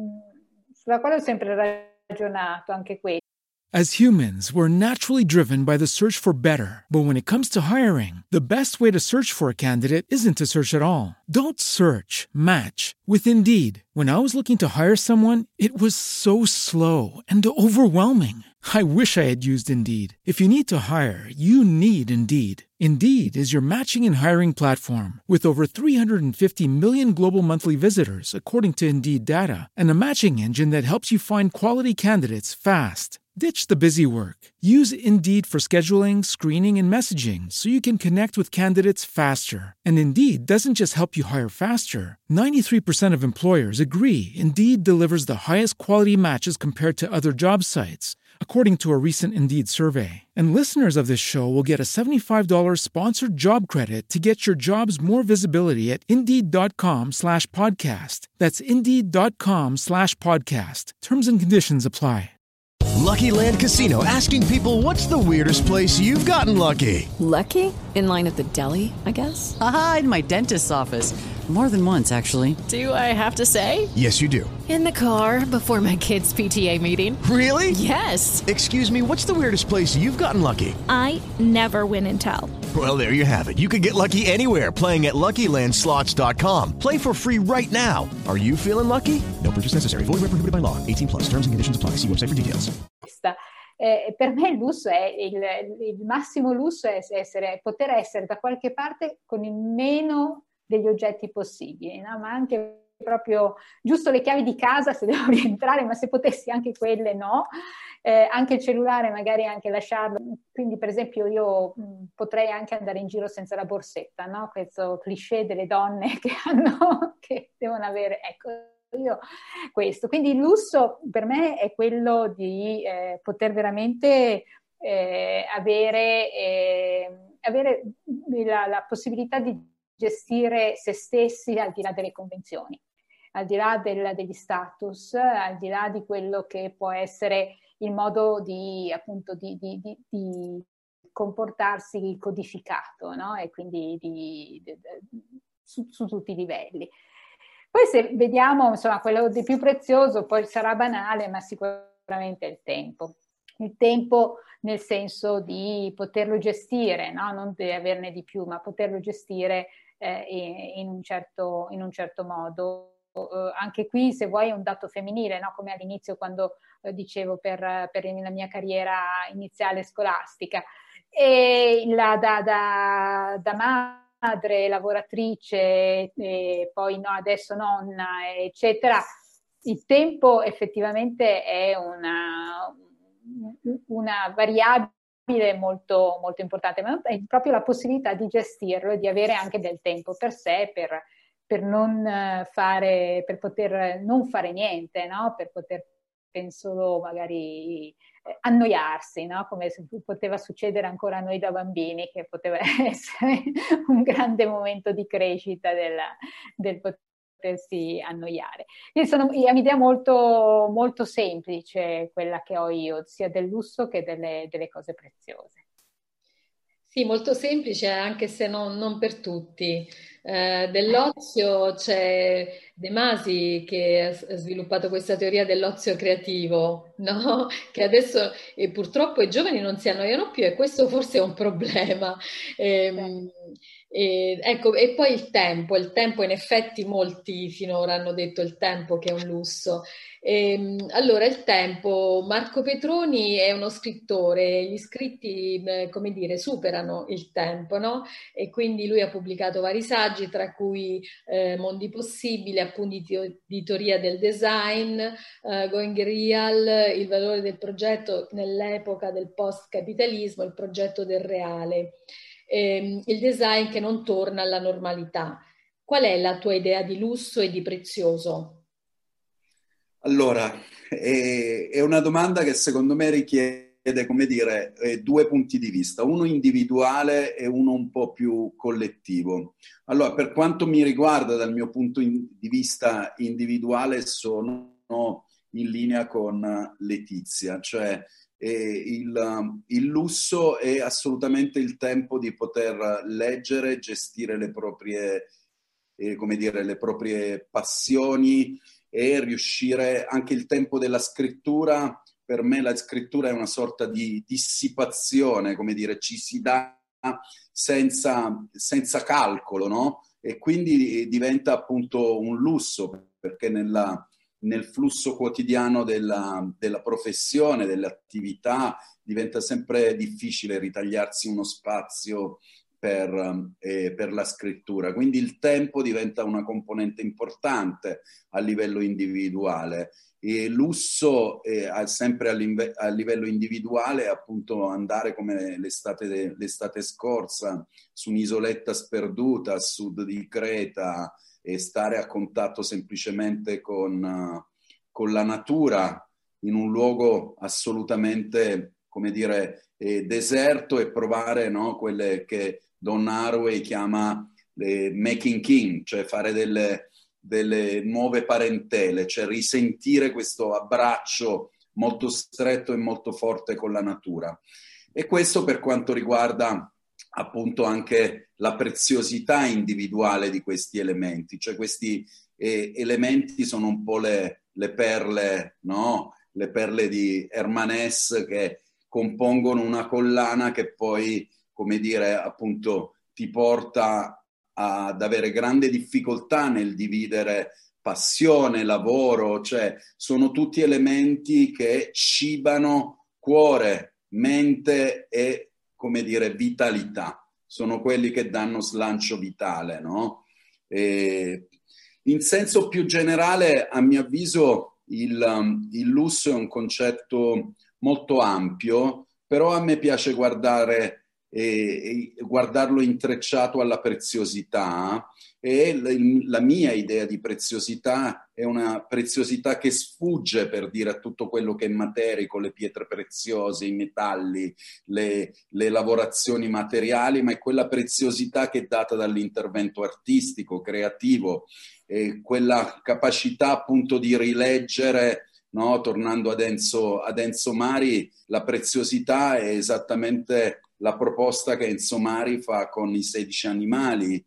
sulla quale ho sempre ragionato, anche questo. As humans, we're naturally driven by the search for better. But when it comes to hiring, the best way to search for a candidate isn't to search at all. Don't search, match with Indeed. When I was looking to hire someone, it was so slow and overwhelming. I wish I had used Indeed. If you need to hire, you need Indeed. Indeed is your matching and hiring platform with over three hundred fifty million global monthly visitors, according to Indeed data, and a matching engine that helps you find quality candidates fast. Ditch the busy work. Use Indeed for scheduling, screening, and messaging so you can connect with candidates faster. And Indeed doesn't just help you hire faster. ninety-three percent of employers agree Indeed delivers the highest quality matches compared to other job sites, according to a recent Indeed survey. And listeners of this show will get a seventy-five dollars sponsored job credit to get your jobs more visibility at Indeed.com slash podcast. That's Indeed.com slash podcast. Terms and conditions apply. Lucky Land Casino, asking people, what's the weirdest place you've gotten lucky? Lucky? In line at the deli, I guess? Aha, in my dentist's office. More than once, actually. Do I have to say? Yes, you do. In the car before my kids' P T A meeting. Really? Yes. Excuse me, what's the weirdest place you've gotten lucky? I never win and tell. Well, there you have it. You can get lucky anywhere, playing at Lucky Land Slots dot com. Play for free right now. Are you feeling lucky? No purchase necessary. Void where prohibited by law. eighteen plus. Terms and conditions apply. See website for details. Eh, per me il lusso è il, il massimo lusso è essere, poter essere da qualche parte con il meno degli oggetti possibili, no? Ma anche proprio giusto le chiavi di casa se devo rientrare, ma se potessi anche quelle no, eh, anche il cellulare magari anche lasciarlo. Quindi per esempio io mh, potrei anche andare in giro senza la borsetta, no? Questo cliché delle donne che hanno, che devono avere, ecco, io questo. Quindi il lusso per me è quello di eh, poter veramente eh, avere, eh, avere la, la possibilità di gestire se stessi al di là delle convenzioni, al di là del, degli status, al di là di quello che può essere il modo di appunto di, di, di, di comportarsi codificato, no? E quindi di, di, di, su, su tutti i livelli. Poi se vediamo, insomma, quello di più prezioso, poi sarà banale, ma sicuramente è il tempo. Il tempo nel senso di poterlo gestire, no? Non di averne di più, ma poterlo gestire eh, in, un certo, in un certo modo. Uh, anche qui, se vuoi, è un dato femminile, no? Come all'inizio quando uh, dicevo per, per la mia carriera iniziale scolastica. E la, da, da, da madre, lavoratrice, e poi no, adesso nonna, eccetera, il tempo effettivamente è una, una variabile molto, molto importante, ma è proprio la possibilità di gestirlo e di avere anche del tempo per sé, per, per non fare, per poter non fare niente, no? Per poter solo magari eh, annoiarsi, no? Come poteva succedere ancora a noi da bambini, che poteva essere un grande momento di crescita del, del potersi annoiare. Quindi sono, è un'idea molto, molto semplice quella che ho io, sia del lusso che delle, delle cose preziose. Sì, molto semplice, anche se non, non per tutti. Eh, dell'ozio c'è De Masi che ha sviluppato questa teoria dell'ozio creativo, no? Che adesso e purtroppo i giovani non si annoiano più e questo forse è un problema. E, E, ecco, e poi il tempo, il tempo in effetti molti finora hanno detto il tempo che è un lusso. E, allora, il tempo, Marco Petroni è uno scrittore, gli scritti, eh, come dire, superano il tempo, no? E quindi lui ha pubblicato vari saggi, tra cui eh, Mondi Possibili, appunti di teoria del design, eh, Going Real, il valore del progetto nell'epoca del post-capitalismo, il progetto del reale. Ehm, il design che non torna alla normalità. Qual è la tua idea di lusso e di prezioso? Allora, è, è una domanda che secondo me richiede, come dire, eh, due punti di vista, uno individuale e uno un po' più collettivo. Allora, per quanto mi riguarda, dal mio punto in, di vista individuale, sono in linea con Letizia, cioè E il, il lusso è assolutamente il tempo di poter leggere, gestire le proprie, eh, come dire, le proprie passioni e riuscire anche il tempo della scrittura. Per me la scrittura è una sorta di dissipazione, come dire, ci si dà senza, senza calcolo, no? E quindi diventa appunto un lusso, perché nella nel flusso quotidiano della, della professione, dell'attività, diventa sempre difficile ritagliarsi uno spazio per, eh, per la scrittura. Quindi il tempo diventa una componente importante a livello individuale. E lusso, eh, sempre a, a livello individuale, appunto andare come l'estate, l'estate scorsa su un'isoletta sperduta a sud di Creta, e stare a contatto semplicemente con, uh, con la natura in un luogo assolutamente, come dire, eh, deserto, e provare, no, quelle che Don Haraway chiama le making kin, cioè fare delle, delle nuove parentele, cioè risentire questo abbraccio molto stretto e molto forte con la natura. E questo per quanto riguarda appunto anche la preziosità individuale di questi elementi, cioè questi eh, elementi sono un po' le, le perle, no? Le perle di Hermanès che compongono una collana che poi, come dire, appunto ti porta ad avere grande difficoltà nel dividere passione, lavoro, cioè sono tutti elementi che cibano cuore, mente e, come dire, vitalità. Sono quelli che danno slancio vitale, no? E in senso più generale, a mio avviso, il, il lusso è un concetto molto ampio, però a me piace guardare e, e guardarlo intrecciato alla preziosità, e la mia idea di preziosità è una preziosità che sfugge, per dire, a tutto quello che è materico, le pietre preziose, i metalli, le, le lavorazioni materiali, ma è quella preziosità che è data dall'intervento artistico, creativo, e quella capacità appunto di rileggere, no? Tornando ad Enzo, ad Enzo Mari, la preziosità è esattamente la proposta che Enzo Mari fa con i sedici animali,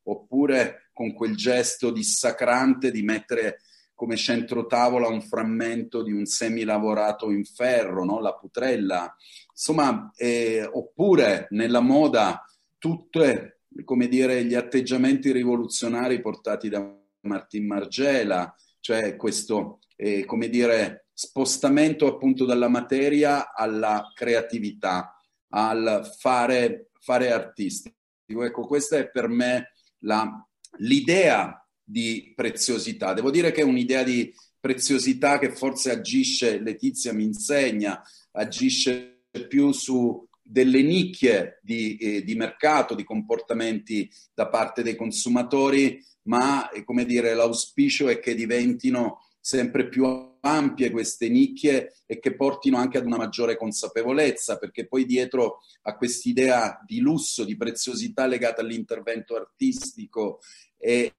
oppure con quel gesto dissacrante di mettere come centrotavola un frammento di un semilavorato in ferro, no? La putrella. Insomma, eh, oppure nella moda tutte, come dire, gli atteggiamenti rivoluzionari portati da Martin Margiela, cioè questo, eh, come dire, spostamento appunto dalla materia alla creatività, al fare, fare artistico. Ecco, questa è per me la, l'idea di preziosità. Devo dire che è un'idea di preziosità che forse agisce, Letizia mi insegna, agisce più su delle nicchie di, eh, di mercato, di comportamenti da parte dei consumatori, ma eh, come dire, l'auspicio è che diventino sempre più ampie queste nicchie e che portino anche ad una maggiore consapevolezza, perché poi dietro a quest'idea di lusso, di preziosità legata all'intervento artistico e,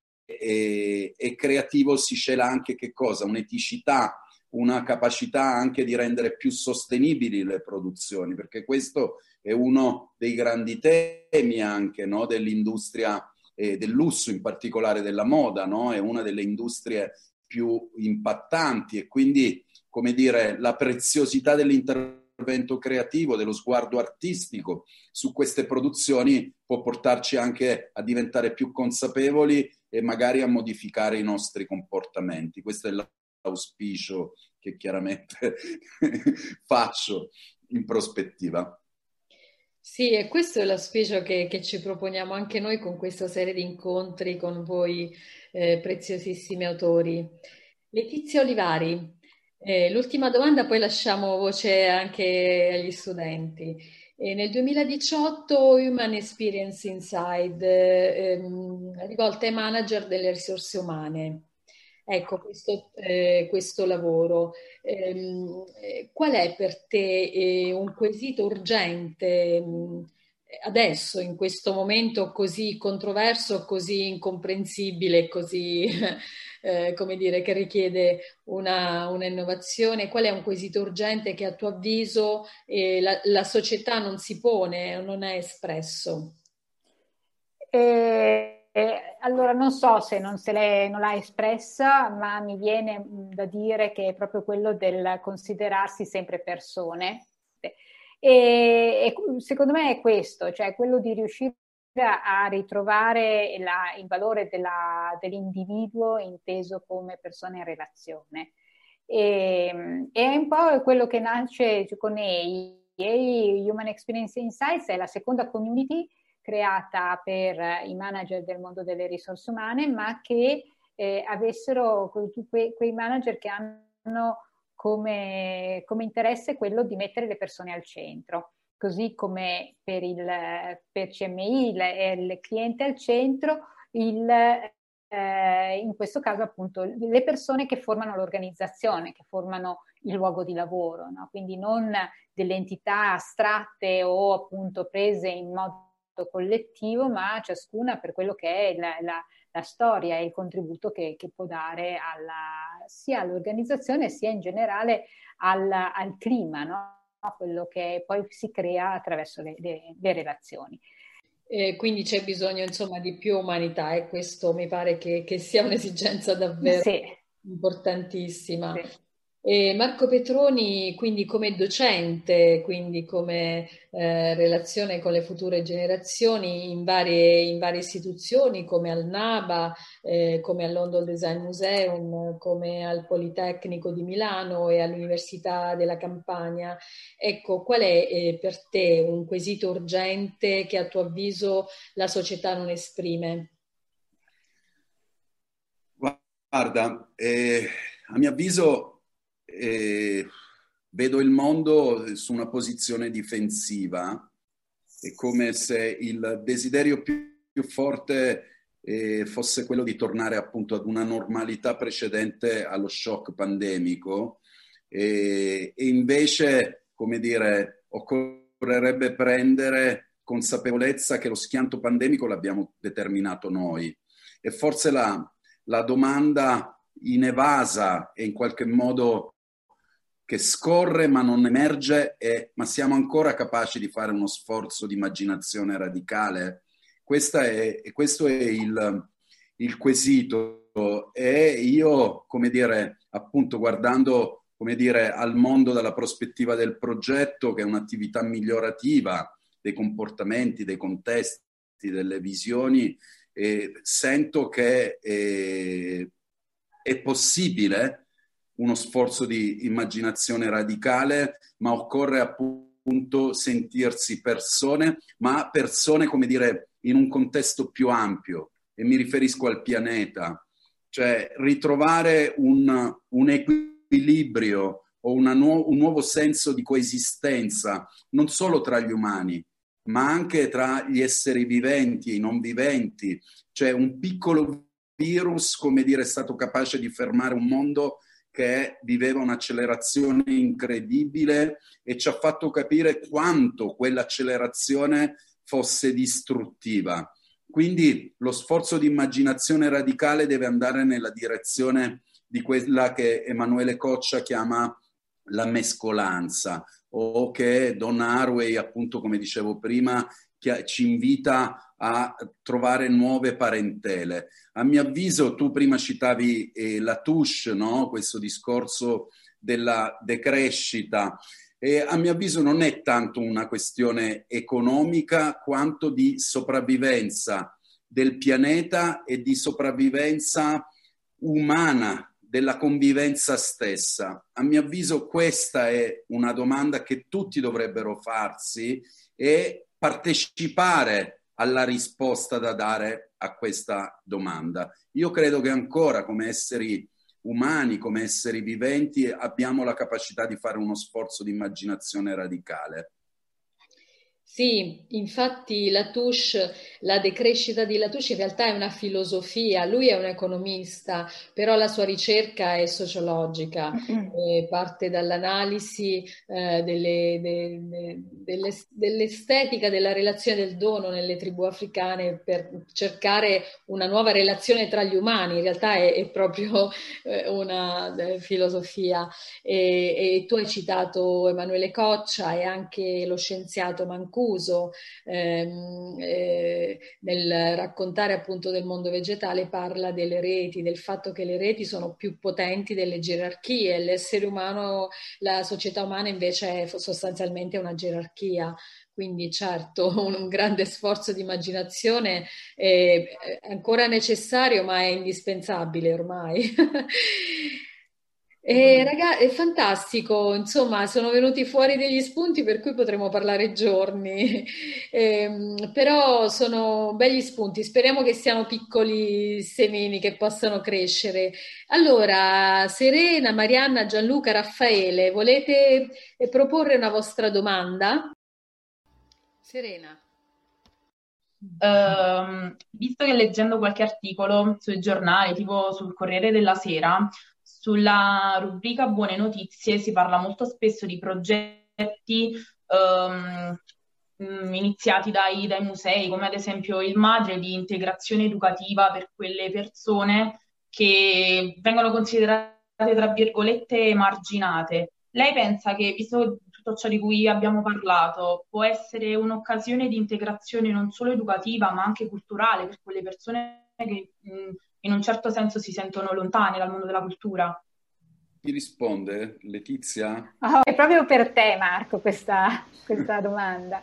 e, e creativo si cela anche che cosa? Un'eticità, una capacità anche di rendere più sostenibili le produzioni, perché questo è uno dei grandi temi anche, no? Dell'industria eh, del lusso, in particolare della moda, no? È una delle industrie più impattanti, e quindi, come dire, la preziosità dell'intervento dell'intervento creativo, dello sguardo artistico su queste produzioni può portarci anche a diventare più consapevoli e magari a modificare i nostri comportamenti. Questo è l'auspicio che chiaramente faccio in prospettiva. Sì, e questo è l'auspicio che, che ci proponiamo anche noi con questa serie di incontri con voi eh, preziosissimi autori. Letizia Olivari, eh, l'ultima domanda, poi lasciamo voce anche agli studenti. E nel duemiladiciotto Human Experience Inside, eh, ehm, rivolta ai manager delle risorse umane. Ecco, questo, eh, questo lavoro. Ehm, eh, qual è per te eh, un quesito urgente mh, adesso, in questo momento così controverso, così incomprensibile, così, eh, come dire, che richiede una, una innovazione? Qual è un quesito urgente che a tuo avviso eh, la, la società non si pone o non è espresso? Eh... Eh, allora non so se non, se lei non l'ha espressa, ma mi viene da dire che è proprio quello del considerarsi sempre persone. E, e secondo me è questo, cioè quello di riuscire a ritrovare la, il valore della, dell'individuo inteso come persona in relazione. E, e è un po' quello che nasce con E I. E I, Human Experience Insights, è la seconda community creata per i manager del mondo delle risorse umane, ma che eh, avessero que- quei manager che hanno come, come interesse quello di mettere le persone al centro, così come per il per C M I il, il cliente al centro, il, eh, in questo caso appunto le persone che formano l'organizzazione, che formano il luogo di lavoro, no? Quindi non delle entità astratte o appunto prese in modo collettivo, ma ciascuna per quello che è la, la, la storia e il contributo che, che può dare alla, sia all'organizzazione sia in generale al, al clima, no? Quello che poi si crea attraverso le, le, le relazioni. Eh, quindi c'è bisogno insomma di più umanità e questo mi pare che, che sia un'esigenza davvero sì. importantissima. Sì. E Marco Petroni, quindi come docente, quindi come eh, relazione con le future generazioni in varie, in varie istituzioni, come al NABA, eh, come al London Design Museum, come al Politecnico di Milano e all'Università della Campania. Ecco, qual è eh, per te un quesito urgente che a tuo avviso la società non esprime? Guarda, eh, a mio avviso Eh, vedo il mondo su una posizione difensiva. È come se il desiderio più, più forte eh, fosse quello di tornare appunto ad una normalità precedente allo shock pandemico e, e invece, come dire, occorrerebbe prendere consapevolezza che lo schianto pandemico l'abbiamo determinato noi e forse la, la domanda inevasa e in qualche modo che scorre ma non emerge è: ma siamo ancora capaci di fare uno sforzo di immaginazione radicale? Questa è, questo è il, il quesito e io, come dire, appunto guardando, come dire, al mondo dalla prospettiva del progetto, che è un'attività migliorativa dei comportamenti, dei contesti, delle visioni, eh, sento che eh, è possibile uno sforzo di immaginazione radicale, ma occorre appunto sentirsi persone, ma persone, come dire, in un contesto più ampio, e mi riferisco al pianeta, cioè ritrovare un, un equilibrio o una nu- un nuovo senso di coesistenza, non solo tra gli umani, ma anche tra gli esseri viventi e i non viventi, cioè un piccolo virus, come dire, è stato capace di fermare un mondo che viveva un'accelerazione incredibile e ci ha fatto capire quanto quell'accelerazione fosse distruttiva. Quindi lo sforzo di immaginazione radicale deve andare nella direzione di quella che Emanuele Coccia chiama la mescolanza, o che Donna Haraway, appunto, come dicevo prima, ci invita a trovare nuove parentele. A mio avviso, tu prima citavi eh, Latouche, no? Questo discorso della decrescita. E a mio avviso non è tanto una questione economica quanto di sopravvivenza del pianeta e di sopravvivenza umana, della convivenza stessa. A mio avviso questa è una domanda che tutti dovrebbero farsi e partecipare alla risposta da dare a questa domanda. Io credo che ancora come esseri umani, come esseri viventi, abbiamo la capacità di fare uno sforzo di immaginazione radicale. Sì, infatti Latouche, la decrescita di Latouche in realtà è una filosofia, lui è un economista, però la sua ricerca è sociologica, eh, parte dall'analisi eh, delle, de, de, delle, dell'estetica della relazione del dono nelle tribù africane per cercare una nuova relazione tra gli umani, in realtà è, è proprio eh, una eh, filosofia. E, e tu hai citato Emanuele Coccia e anche lo scienziato Mancuso, Ehm, eh, nel raccontare appunto del mondo vegetale parla delle reti, del fatto che le reti sono più potenti delle gerarchie, l'essere umano, la società umana invece è sostanzialmente una gerarchia. Quindi certo, un, un grande sforzo di immaginazione è, è ancora necessario, ma è indispensabile ormai. E ragazzi, è fantastico, insomma, sono venuti fuori degli spunti per cui potremo parlare giorni, ehm, però sono begli spunti, speriamo che siano piccoli semini che possano crescere. Allora, Serena, Marianna, Gianluca, Raffaele, volete proporre una vostra domanda? Serena. Uh, visto che leggendo qualche articolo sui giornali, tipo sul Corriere della Sera, sulla rubrica Buone Notizie si parla molto spesso di progetti um, iniziati dai, dai musei, come ad esempio il Madre, di integrazione educativa per quelle persone che vengono considerate, tra virgolette, emarginate. Lei pensa che, visto tutto ciò di cui abbiamo parlato, può essere un'occasione di integrazione non solo educativa, ma anche culturale per quelle persone che mh, in un certo senso si sentono lontane dal mondo della cultura? Chi risponde? Letizia? Oh, è proprio per te, Marco, questa, questa domanda.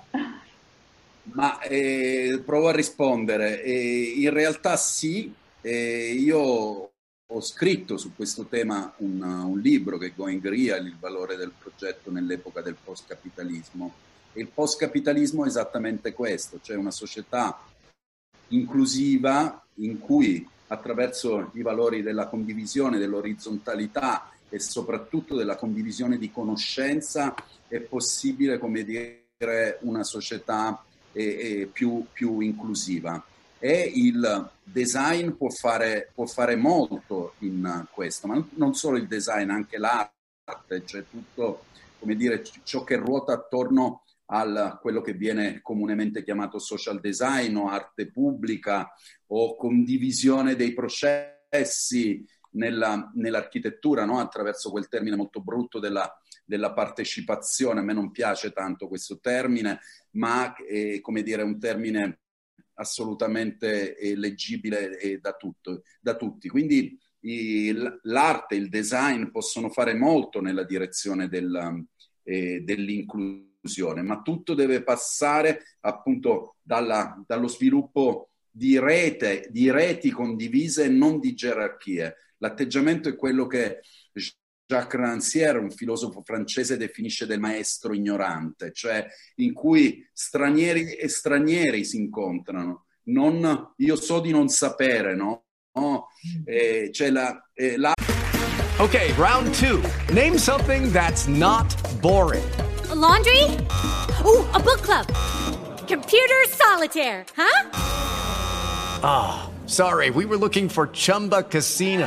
Ma eh, provo a rispondere. Eh, in realtà sì, eh, io ho scritto su questo tema un, un libro che è Going Real, il valore del progetto nell'epoca del post-capitalismo. E il post-capitalismo è esattamente questo, cioè una società inclusiva in cui attraverso i valori della condivisione, dell'orizzontalità e soprattutto della condivisione di conoscenza è possibile, come dire, una società eh, eh, più, più inclusiva. E il design può fare, può fare molto in questo, ma non solo il design, anche l'arte, cioè tutto, come dire, ciò che ruota attorno a quello che viene comunemente chiamato social design o arte pubblica o condivisione dei processi nella, nell'architettura, no? Attraverso quel termine molto brutto della, della partecipazione. A me non piace tanto questo termine, ma è, come dire, un termine assolutamente leggibile da, tutto, da tutti. Quindi il, l'arte, il design possono fare molto nella direzione del, eh, dell'inclusione, ma tutto deve passare appunto dalla, dallo sviluppo di rete, di reti condivise e non di gerarchie. L'atteggiamento è quello che Jacques Rancière, un filosofo francese, definisce del maestro ignorante, cioè in cui stranieri e stranieri si incontrano. Non, io so di non sapere, no? no eh, c'è la, eh, la... Ok, round two. Name something that's not boring. A laundry? Ooh, a book club. Computer solitaire, huh? Ah, oh, sorry, we were looking for Chumba Casino.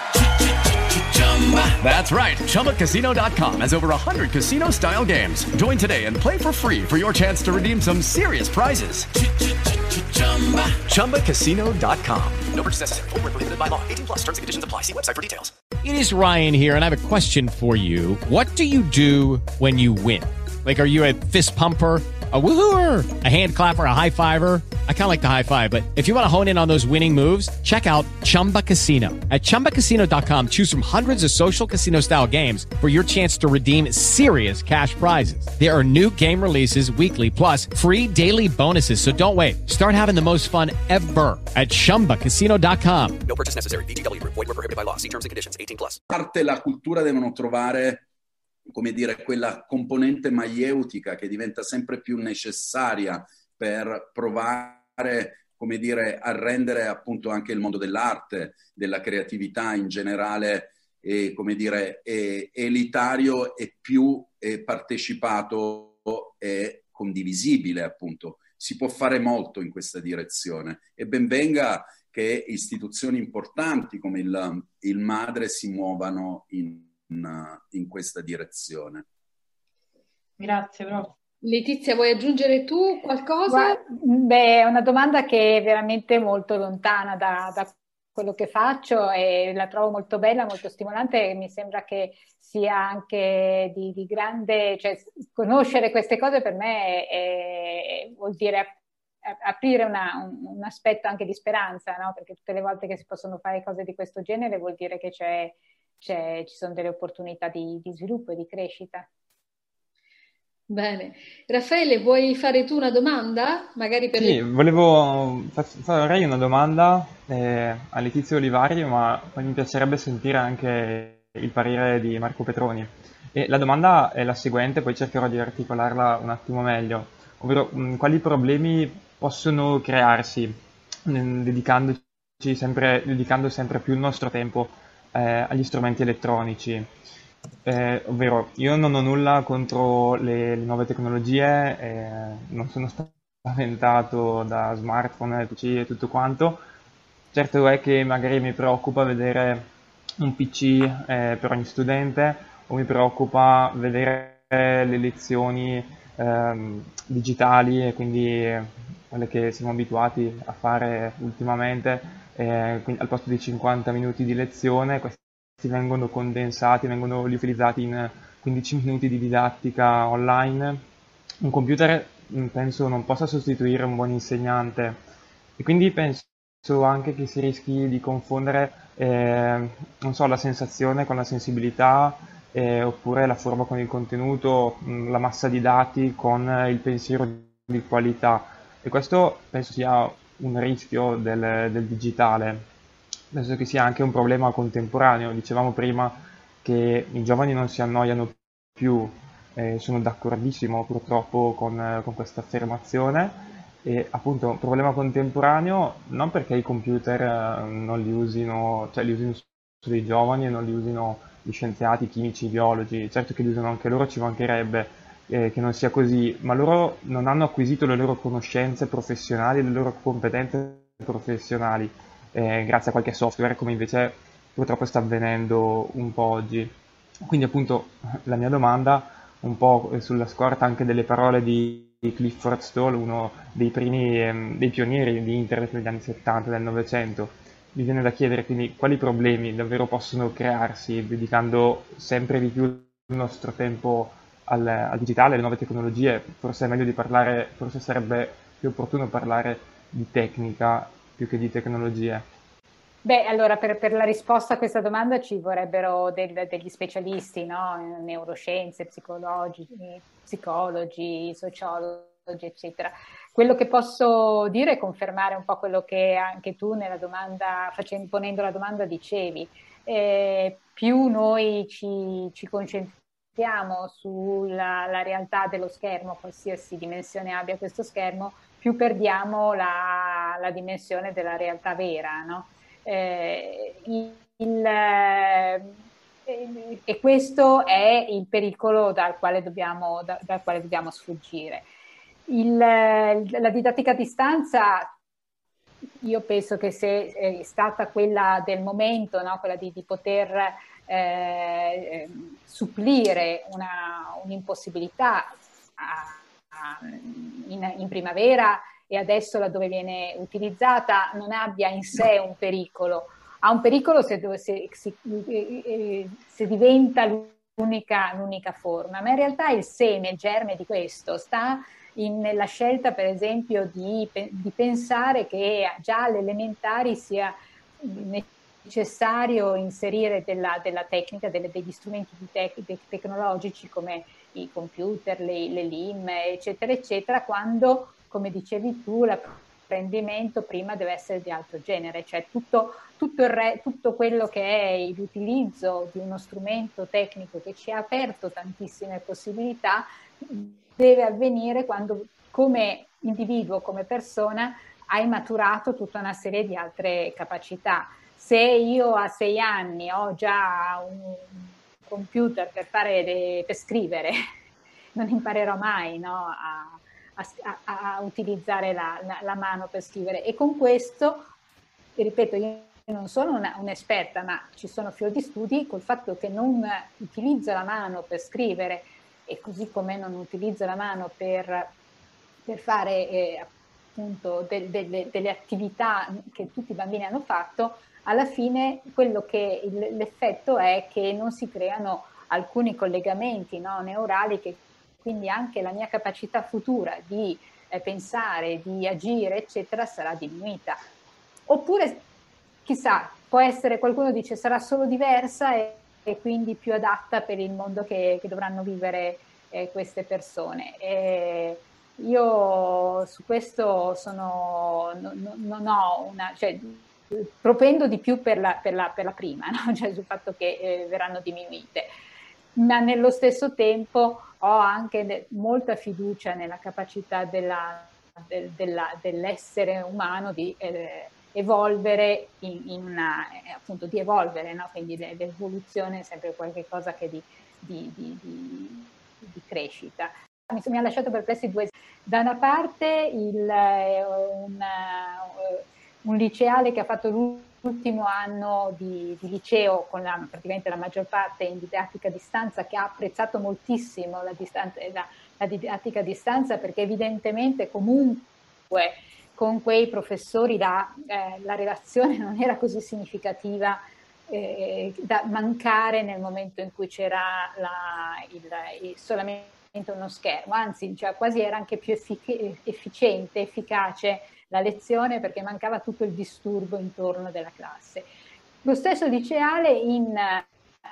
That's right. Chumba Casino dot com has over one hundred casino-style games. Join today and play for free for your chance to redeem some serious prizes. Chumba Casino dot com. No purchase necessary. Void where prohibited by law. eighteen plus terms and conditions apply. See website for details. It is Ryan here, and I have a question for you. What do you do when you win? Like, are you a fist pumper, a woo-hooer, a hand clapper, a high fiver? I kind of like the high five, but if you want to hone in on those winning moves, check out Chumba Casino. At chumba casino dot com, choose from hundreds of social casino style games for your chance to redeem serious cash prizes. There are new game releases weekly, plus free daily bonuses. So don't wait. Start having the most fun ever at chumba casino dot com. No purchase necessary. V G W Group. Void where prohibited by law. See terms and conditions. eighteen plus. A parte la cultura devono trovare, come dire, quella componente maieutica che diventa sempre più necessaria per provare, come dire, a rendere appunto anche il mondo dell'arte, della creatività in generale, e, come dire, e, elitario e più e partecipato e condivisibile, appunto. Si può fare molto in questa direzione e ben venga che istituzioni importanti come il, il Madre si muovano in, in, in questa direzione. Grazie, prof. Letizia, vuoi aggiungere tu qualcosa? Beh, è una domanda che è veramente molto lontana da, da quello che faccio e la trovo molto bella, molto stimolante e mi sembra che sia anche di, di grande, cioè conoscere queste cose per me è, è, vuol dire aprire una, un, un aspetto anche di speranza, no? Perché tutte le volte che si possono fare cose di questo genere vuol dire che c'è, c'è, ci sono delle opportunità di, di sviluppo e di crescita. Bene. Raffaele, vuoi fare tu una domanda? Magari per Sì, le... volevo fare una domanda eh, a Letizia Olivari, ma poi mi piacerebbe sentire anche il parere di Marco Petroni. E la domanda è la seguente, poi cercherò di articolarla un attimo meglio, ovvero mh, quali problemi possono crearsi mh, dedicandoci sempre, dedicando sempre più il nostro tempo eh, agli strumenti elettronici. Eh, ovvero, io non ho nulla contro le, le nuove tecnologie, eh, non sono spaventato da smartphone, P C e tutto quanto. Certo è che magari mi preoccupa vedere un P C eh, per ogni studente, o mi preoccupa vedere le lezioni ehm, digitali, e quindi quelle che siamo abituati a fare ultimamente, eh, quindi al posto di cinquanta minuti di lezione, questi vengono condensati, vengono utilizzati in quindici minuti di didattica online. Un computer penso non possa sostituire un buon insegnante e quindi penso anche che si rischi di confondere eh, non so, la sensazione con la sensibilità, eh, oppure la forma con il contenuto, la massa di dati con il pensiero di qualità, e questo penso sia un rischio del, del digitale. Penso che sia anche un problema contemporaneo. Dicevamo prima che i giovani non si annoiano più, eh, sono d'accordissimo purtroppo con, con questa affermazione, e appunto un problema contemporaneo non perché i computer non li usino, cioè li usino solo i giovani e non li usino gli scienziati, i chimici, i biologi, certo che li usano anche loro, ci mancherebbe eh, che non sia così, ma loro non hanno acquisito le loro conoscenze professionali, le loro competenze professionali, Eh, grazie a qualche software, come invece purtroppo sta avvenendo un po' oggi. Quindi appunto la mia domanda, un po' sulla scorta anche delle parole di Clifford Stoll, uno dei primi ehm, dei pionieri di internet negli anni settanta del Novecento, mi viene da chiedere quindi quali problemi davvero possono crearsi dedicando sempre di più il nostro tempo al, al digitale, alle nuove tecnologie. Forse è meglio di parlare, forse sarebbe più opportuno parlare di tecnica più che di tecnologie. Beh, allora per, per la risposta a questa domanda ci vorrebbero del, degli specialisti, no? Neuroscienze, psicologi, psicologi, sociologi, eccetera. Quello che posso dire è confermare un po' quello che anche tu nella domanda, facendo, ponendo la domanda, dicevi. Eh, più noi ci, ci concentriamo sulla la realtà dello schermo, qualsiasi dimensione abbia questo schermo, più perdiamo la, la dimensione della realtà vera, no? Eh, il, il, eh, e questo è il pericolo dal quale dobbiamo, da, dal quale dobbiamo sfuggire. Il, la didattica a distanza, io penso che se è stata quella del momento, no? Quella di, di poter eh, supplire una, un'impossibilità a In, in primavera e adesso laddove viene utilizzata, non abbia in sé un pericolo. Ha un pericolo se, se, se, se diventa l'unica, l'unica forma, ma in realtà il seme, il germe di questo sta in, nella scelta per esempio di, di pensare che già alle elementari sia necessario inserire della, della tecnica, delle, degli strumenti di tec, de, tecnologici come i computer, le, le L I M, eccetera, eccetera, quando, come dicevi tu, l'apprendimento prima deve essere di altro genere, cioè tutto, tutto, il re, tutto quello che è l'utilizzo di uno strumento tecnico che ci ha aperto tantissime possibilità deve avvenire quando, come individuo, come persona, hai maturato tutta una serie di altre capacità. Se io a sei anni ho già un computer per, fare, per scrivere, non imparerò mai, no, a, a, a utilizzare la, la, la mano per scrivere. E con questo, ripeto, io non sono una, un'esperta, ma ci sono fior di studi col fatto che non utilizzo la mano per scrivere, e così come non utilizzo la mano per, per fare eh, appunto de, de, de, delle attività che tutti i bambini hanno fatto, alla fine quello che il, l'effetto è che non si creano alcuni collegamenti, no, neurali, che quindi anche la mia capacità futura di eh, pensare, di agire, eccetera, sarà diminuita. Oppure, chissà, può essere, qualcuno dice, sarà solo diversa e, e quindi più adatta per il mondo che, che dovranno vivere eh, queste persone. E io su questo sono, no, no, non ho una... Cioè, propendo di più per la, per la, per la prima, no? Cioè sul fatto che eh, verranno diminuite, ma nello stesso tempo ho anche de- molta fiducia nella capacità della, de- della, dell'essere umano di eh, evolvere in, in una, eh, appunto di evolvere, no? Quindi l'evoluzione è sempre qualcosa che di, di, di, di, di crescita. Mi, mi ha lasciato perplessi due. Da una parte il, eh, un, uh, un liceale che ha fatto l'ultimo anno di, di liceo con la, praticamente la maggior parte in didattica a distanza, che ha apprezzato moltissimo la, distanza, la, la didattica a distanza, perché evidentemente comunque con quei professori la, eh, la relazione non era così significativa eh, da mancare nel momento in cui c'era la, il, il, solamente uno schermo, anzi cioè, quasi era anche più effic- efficiente, efficace la lezione, perché mancava tutto il disturbo intorno della classe. Lo stesso liceale in, eh,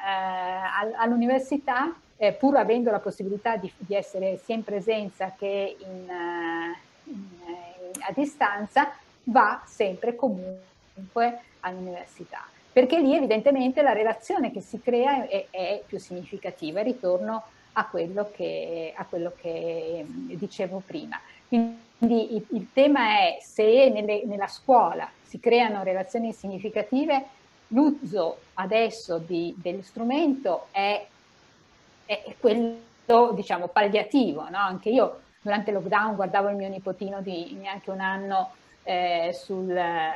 all'università, eh, pur avendo la possibilità di, di essere sia in presenza che in, in, in, a distanza, va sempre comunque all'università, perché lì evidentemente la relazione che si crea è, è più significativa. Ritorno a quello che, a quello che dicevo prima. Quindi il, il tema è, se nelle, nella scuola si creano relazioni significative, l'uso adesso di, dello strumento è, è quello, diciamo, palliativo, no? Anche io durante il lockdown guardavo il mio nipotino di neanche un anno eh, sul,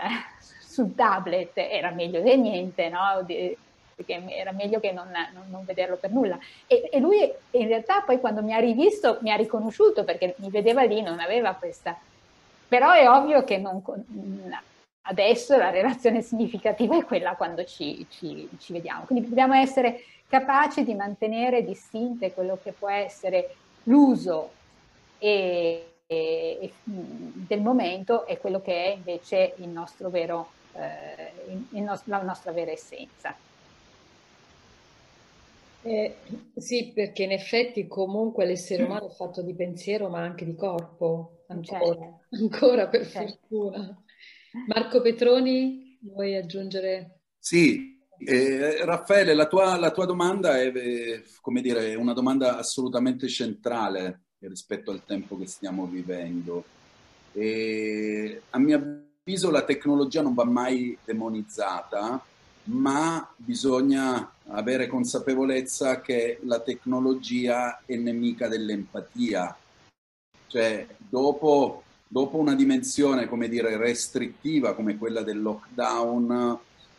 sul tablet, era meglio di niente, no? Di, perché era meglio che non, non, non vederlo per nulla. E, e lui in realtà poi quando mi ha rivisto mi ha riconosciuto, perché mi vedeva lì, non aveva questa. Però è ovvio che non, adesso la relazione significativa è quella quando ci, ci, ci vediamo. Quindi dobbiamo essere capaci di mantenere distinte quello che può essere l'uso e, e, e, del momento e quello che è invece il nostro vero, eh, il nostro, la nostra vera essenza. Eh, sì, perché in effetti comunque l'essere umano è fatto di pensiero ma anche di corpo, ancora, certo. ancora per certo. fortuna. Marco Petroni, vuoi aggiungere? Sì, eh, Raffaele, la tua, la tua domanda è, eh, come dire, una domanda assolutamente centrale rispetto al tempo che stiamo vivendo. E, a mio avviso la tecnologia non va mai demonizzata, ma bisogna avere consapevolezza che la tecnologia è nemica dell'empatia. Cioè, dopo, dopo una dimensione, come dire, restrittiva come quella del lockdown,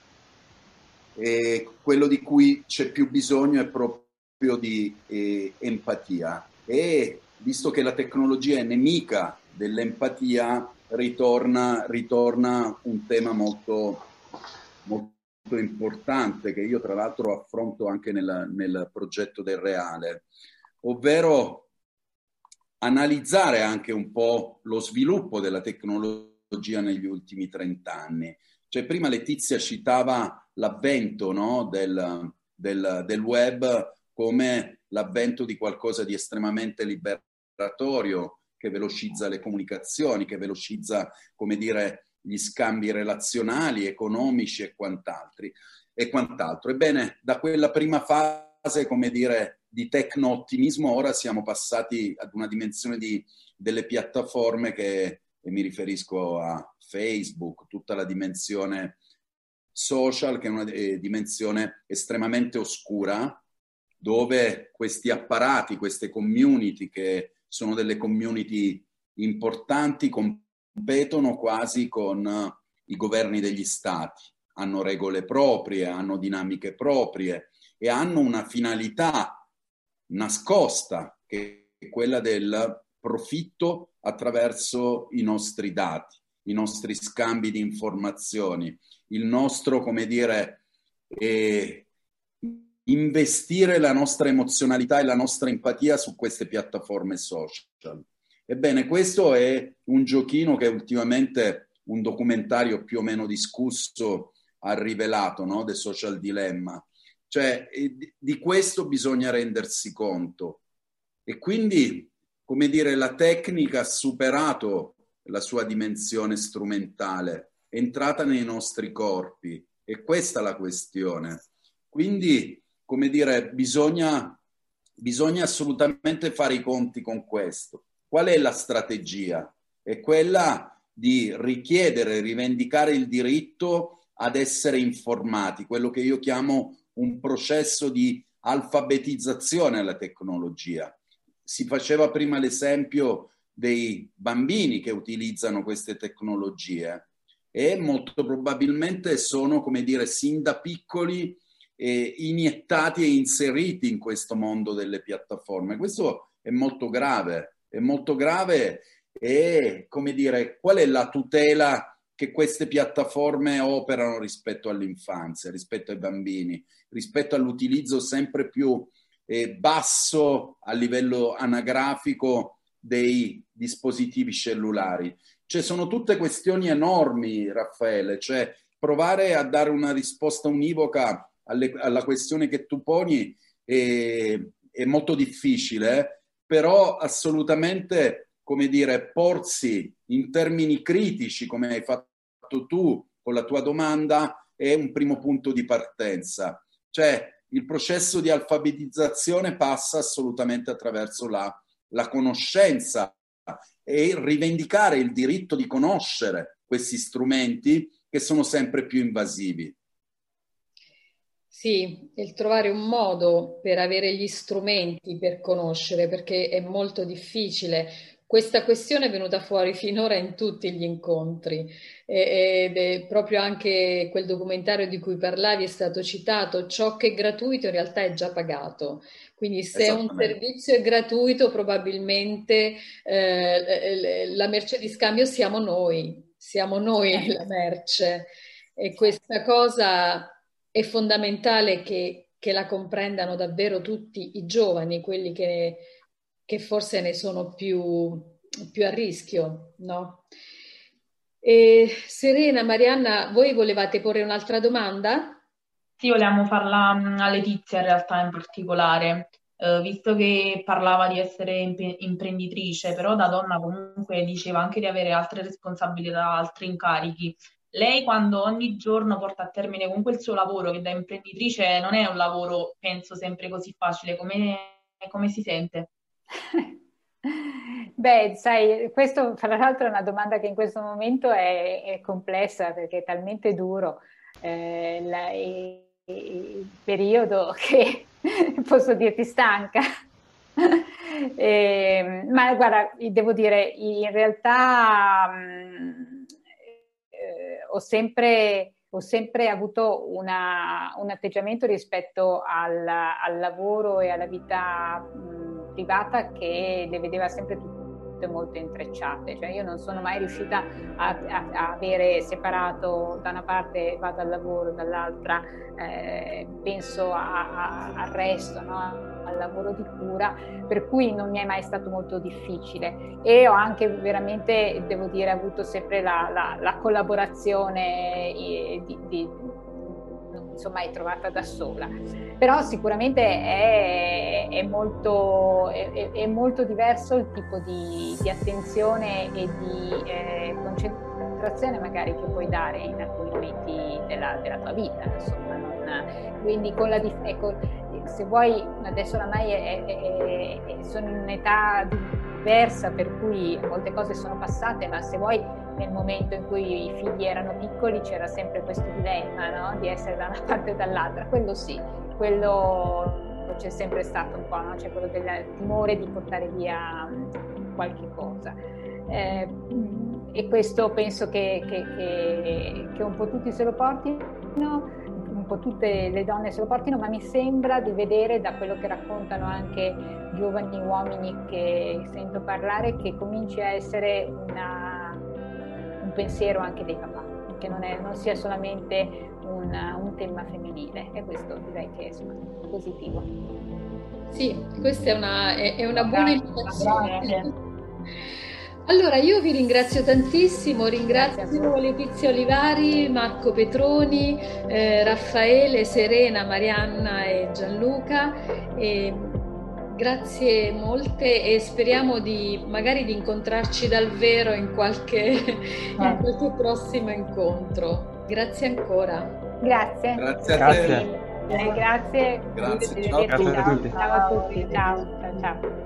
eh, quello di cui c'è più bisogno è proprio di eh, empatia. E visto che la tecnologia è nemica dell'empatia, ritorna, ritorna un tema molto, molto importante, che io tra l'altro affronto anche nel, nel progetto del Reale, ovvero analizzare anche un po' lo sviluppo della tecnologia negli ultimi trent'anni. Cioè, prima Letizia citava l'avvento, no, del, del, del web come l'avvento di qualcosa di estremamente liberatorio, che velocizza le comunicazioni, che velocizza, come dire, gli scambi relazionali, economici e quant'altro. E quant'altro. Ebbene, da quella prima fase, come dire, di tecno-ottimismo, ora siamo passati ad una dimensione di, delle piattaforme che, e mi riferisco a Facebook, tutta la dimensione social, che è una eh, dimensione estremamente oscura, dove questi apparati, queste community, che sono delle community importanti, competono quasi con uh, i governi degli stati. Hanno regole proprie, hanno dinamiche proprie e hanno una finalità nascosta, che è quella del profitto attraverso i nostri dati, i nostri scambi di informazioni, il nostro, come dire, eh, investire la nostra emozionalità e la nostra empatia su queste piattaforme social. Ebbene, questo è un giochino che ultimamente un documentario più o meno discusso ha rivelato, no? The Social Dilemma. Cioè, di questo bisogna rendersi conto. E quindi, come dire, la tecnica ha superato la sua dimensione strumentale, è entrata nei nostri corpi, e questa è la questione. Quindi, come dire, bisogna, bisogna assolutamente fare i conti con questo. Qual è la strategia? È quella di richiedere, rivendicare il diritto ad essere informati, quello che io chiamo un processo di alfabetizzazione alla tecnologia. Si faceva prima l'esempio dei bambini che utilizzano queste tecnologie e molto probabilmente sono, come dire, sin da piccoli eh, iniettati e inseriti in questo mondo delle piattaforme. Questo è molto grave, è molto grave e, come dire, qual è la tutela che queste piattaforme operano rispetto all'infanzia, rispetto ai bambini, rispetto all'utilizzo sempre più eh, basso a livello anagrafico dei dispositivi cellulari. Cioè, sono tutte questioni enormi, Raffaele, cioè provare a dare una risposta univoca alle, alla questione che tu poni è, è molto difficile, però assolutamente, come dire, porsi in termini critici, come hai fatto tu con la tua domanda, è un primo punto di partenza. Cioè, il processo di alfabetizzazione passa assolutamente attraverso la, la conoscenza e rivendicare il diritto di conoscere questi strumenti che sono sempre più invasivi. Sì, il trovare un modo per avere gli strumenti per conoscere, perché è molto difficile. Questa questione è venuta fuori finora in tutti gli incontri ed è proprio anche quel documentario di cui parlavi è stato citato, ciò che è gratuito in realtà è già pagato, quindi se un servizio è gratuito probabilmente eh, la merce di scambio siamo noi, siamo noi la merce e questa cosa è fondamentale che, che la comprendano davvero tutti i giovani, quelli che che forse ne sono più, più a rischio, no? E Serena, Marianna, voi volevate porre un'altra domanda? Sì, volevamo farla a Letizia in realtà in particolare, eh, visto che parlava di essere imp- imprenditrice, però da donna comunque diceva anche di avere altre responsabilità, altri incarichi. Lei quando ogni giorno porta a termine comunque il suo lavoro, che da imprenditrice non è un lavoro, penso, sempre così facile, come, come si sente? Beh, sai, questo fra l'altro è una domanda che in questo momento è, è complessa perché è talmente duro eh, la, il, il periodo che posso dirti stanca. eh, ma guarda, devo dire, in realtà mh, eh, ho sempre... ho sempre avuto una, un atteggiamento rispetto al, al lavoro e alla vita mh, privata che le vedeva sempre tutte molto intrecciate. Cioè io non sono mai riuscita a, a, a avere separato, da una parte vado al lavoro, dall'altra eh, penso a, a, al resto, no? al lavoro di cura, per cui non mi è mai stato molto difficile, e ho anche veramente, devo dire, avuto sempre la, la, la collaborazione di, di, non mi sono mai trovata da sola, però sicuramente è, è, molto, è, è molto diverso il tipo di, di attenzione e di eh, concentrazione magari che puoi dare in alcuni momenti della, della tua vita, insomma, non, quindi con la ecco, se vuoi, adesso oramai è, è, è, sono in un'età diversa, per cui molte cose sono passate, ma se vuoi nel momento in cui i figli erano piccoli c'era sempre questo dilemma, no? Di essere da una parte e dall'altra, quello sì, quello c'è sempre stato un po', no? C'è quello del timore di portare via qualche cosa. Eh, e questo penso che, che, che, che un po' tutti se lo portino, un po' tutte le donne se lo portino, ma mi sembra di vedere da quello che raccontano anche giovani uomini che sento parlare, che cominci a essere una, un pensiero anche dei papà, che non, è, non sia solamente un, un tema femminile, e questo direi che è positivo. Sì, questa è una, è, è una buona indicazione. Allora, io vi ringrazio tantissimo, ringrazio Letizia Olivari, Marco Petroni, eh, Raffaele, Serena, Marianna e Gianluca. E grazie molte, e speriamo di magari di incontrarci dal vero in qualche, in qualche prossimo incontro. Grazie ancora. Grazie. Grazie a te. Grazie. Eh, grazie. Grazie. Ciao, Grazie ciao, a tutti. Ciao a tutti. Ciao, ciao, ciao.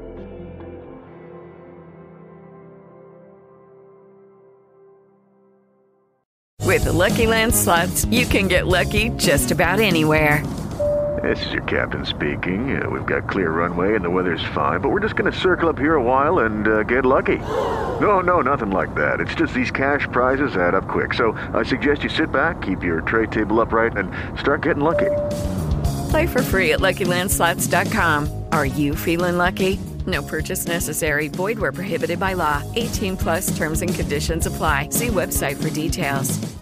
With the Lucky Land Slots, you can get lucky just about anywhere. This is your captain speaking. Uh, we've got clear runway and the weather's fine, but we're just going to circle up here a while and uh, get lucky. No, no, nothing like that. It's just these cash prizes add up quick. So I suggest you sit back, keep your tray table upright, and start getting lucky. Play for free at Lucky Land Slots dot com. Are you feeling lucky? No purchase necessary. Void where prohibited by law. eighteen plus terms and conditions apply. See website for details.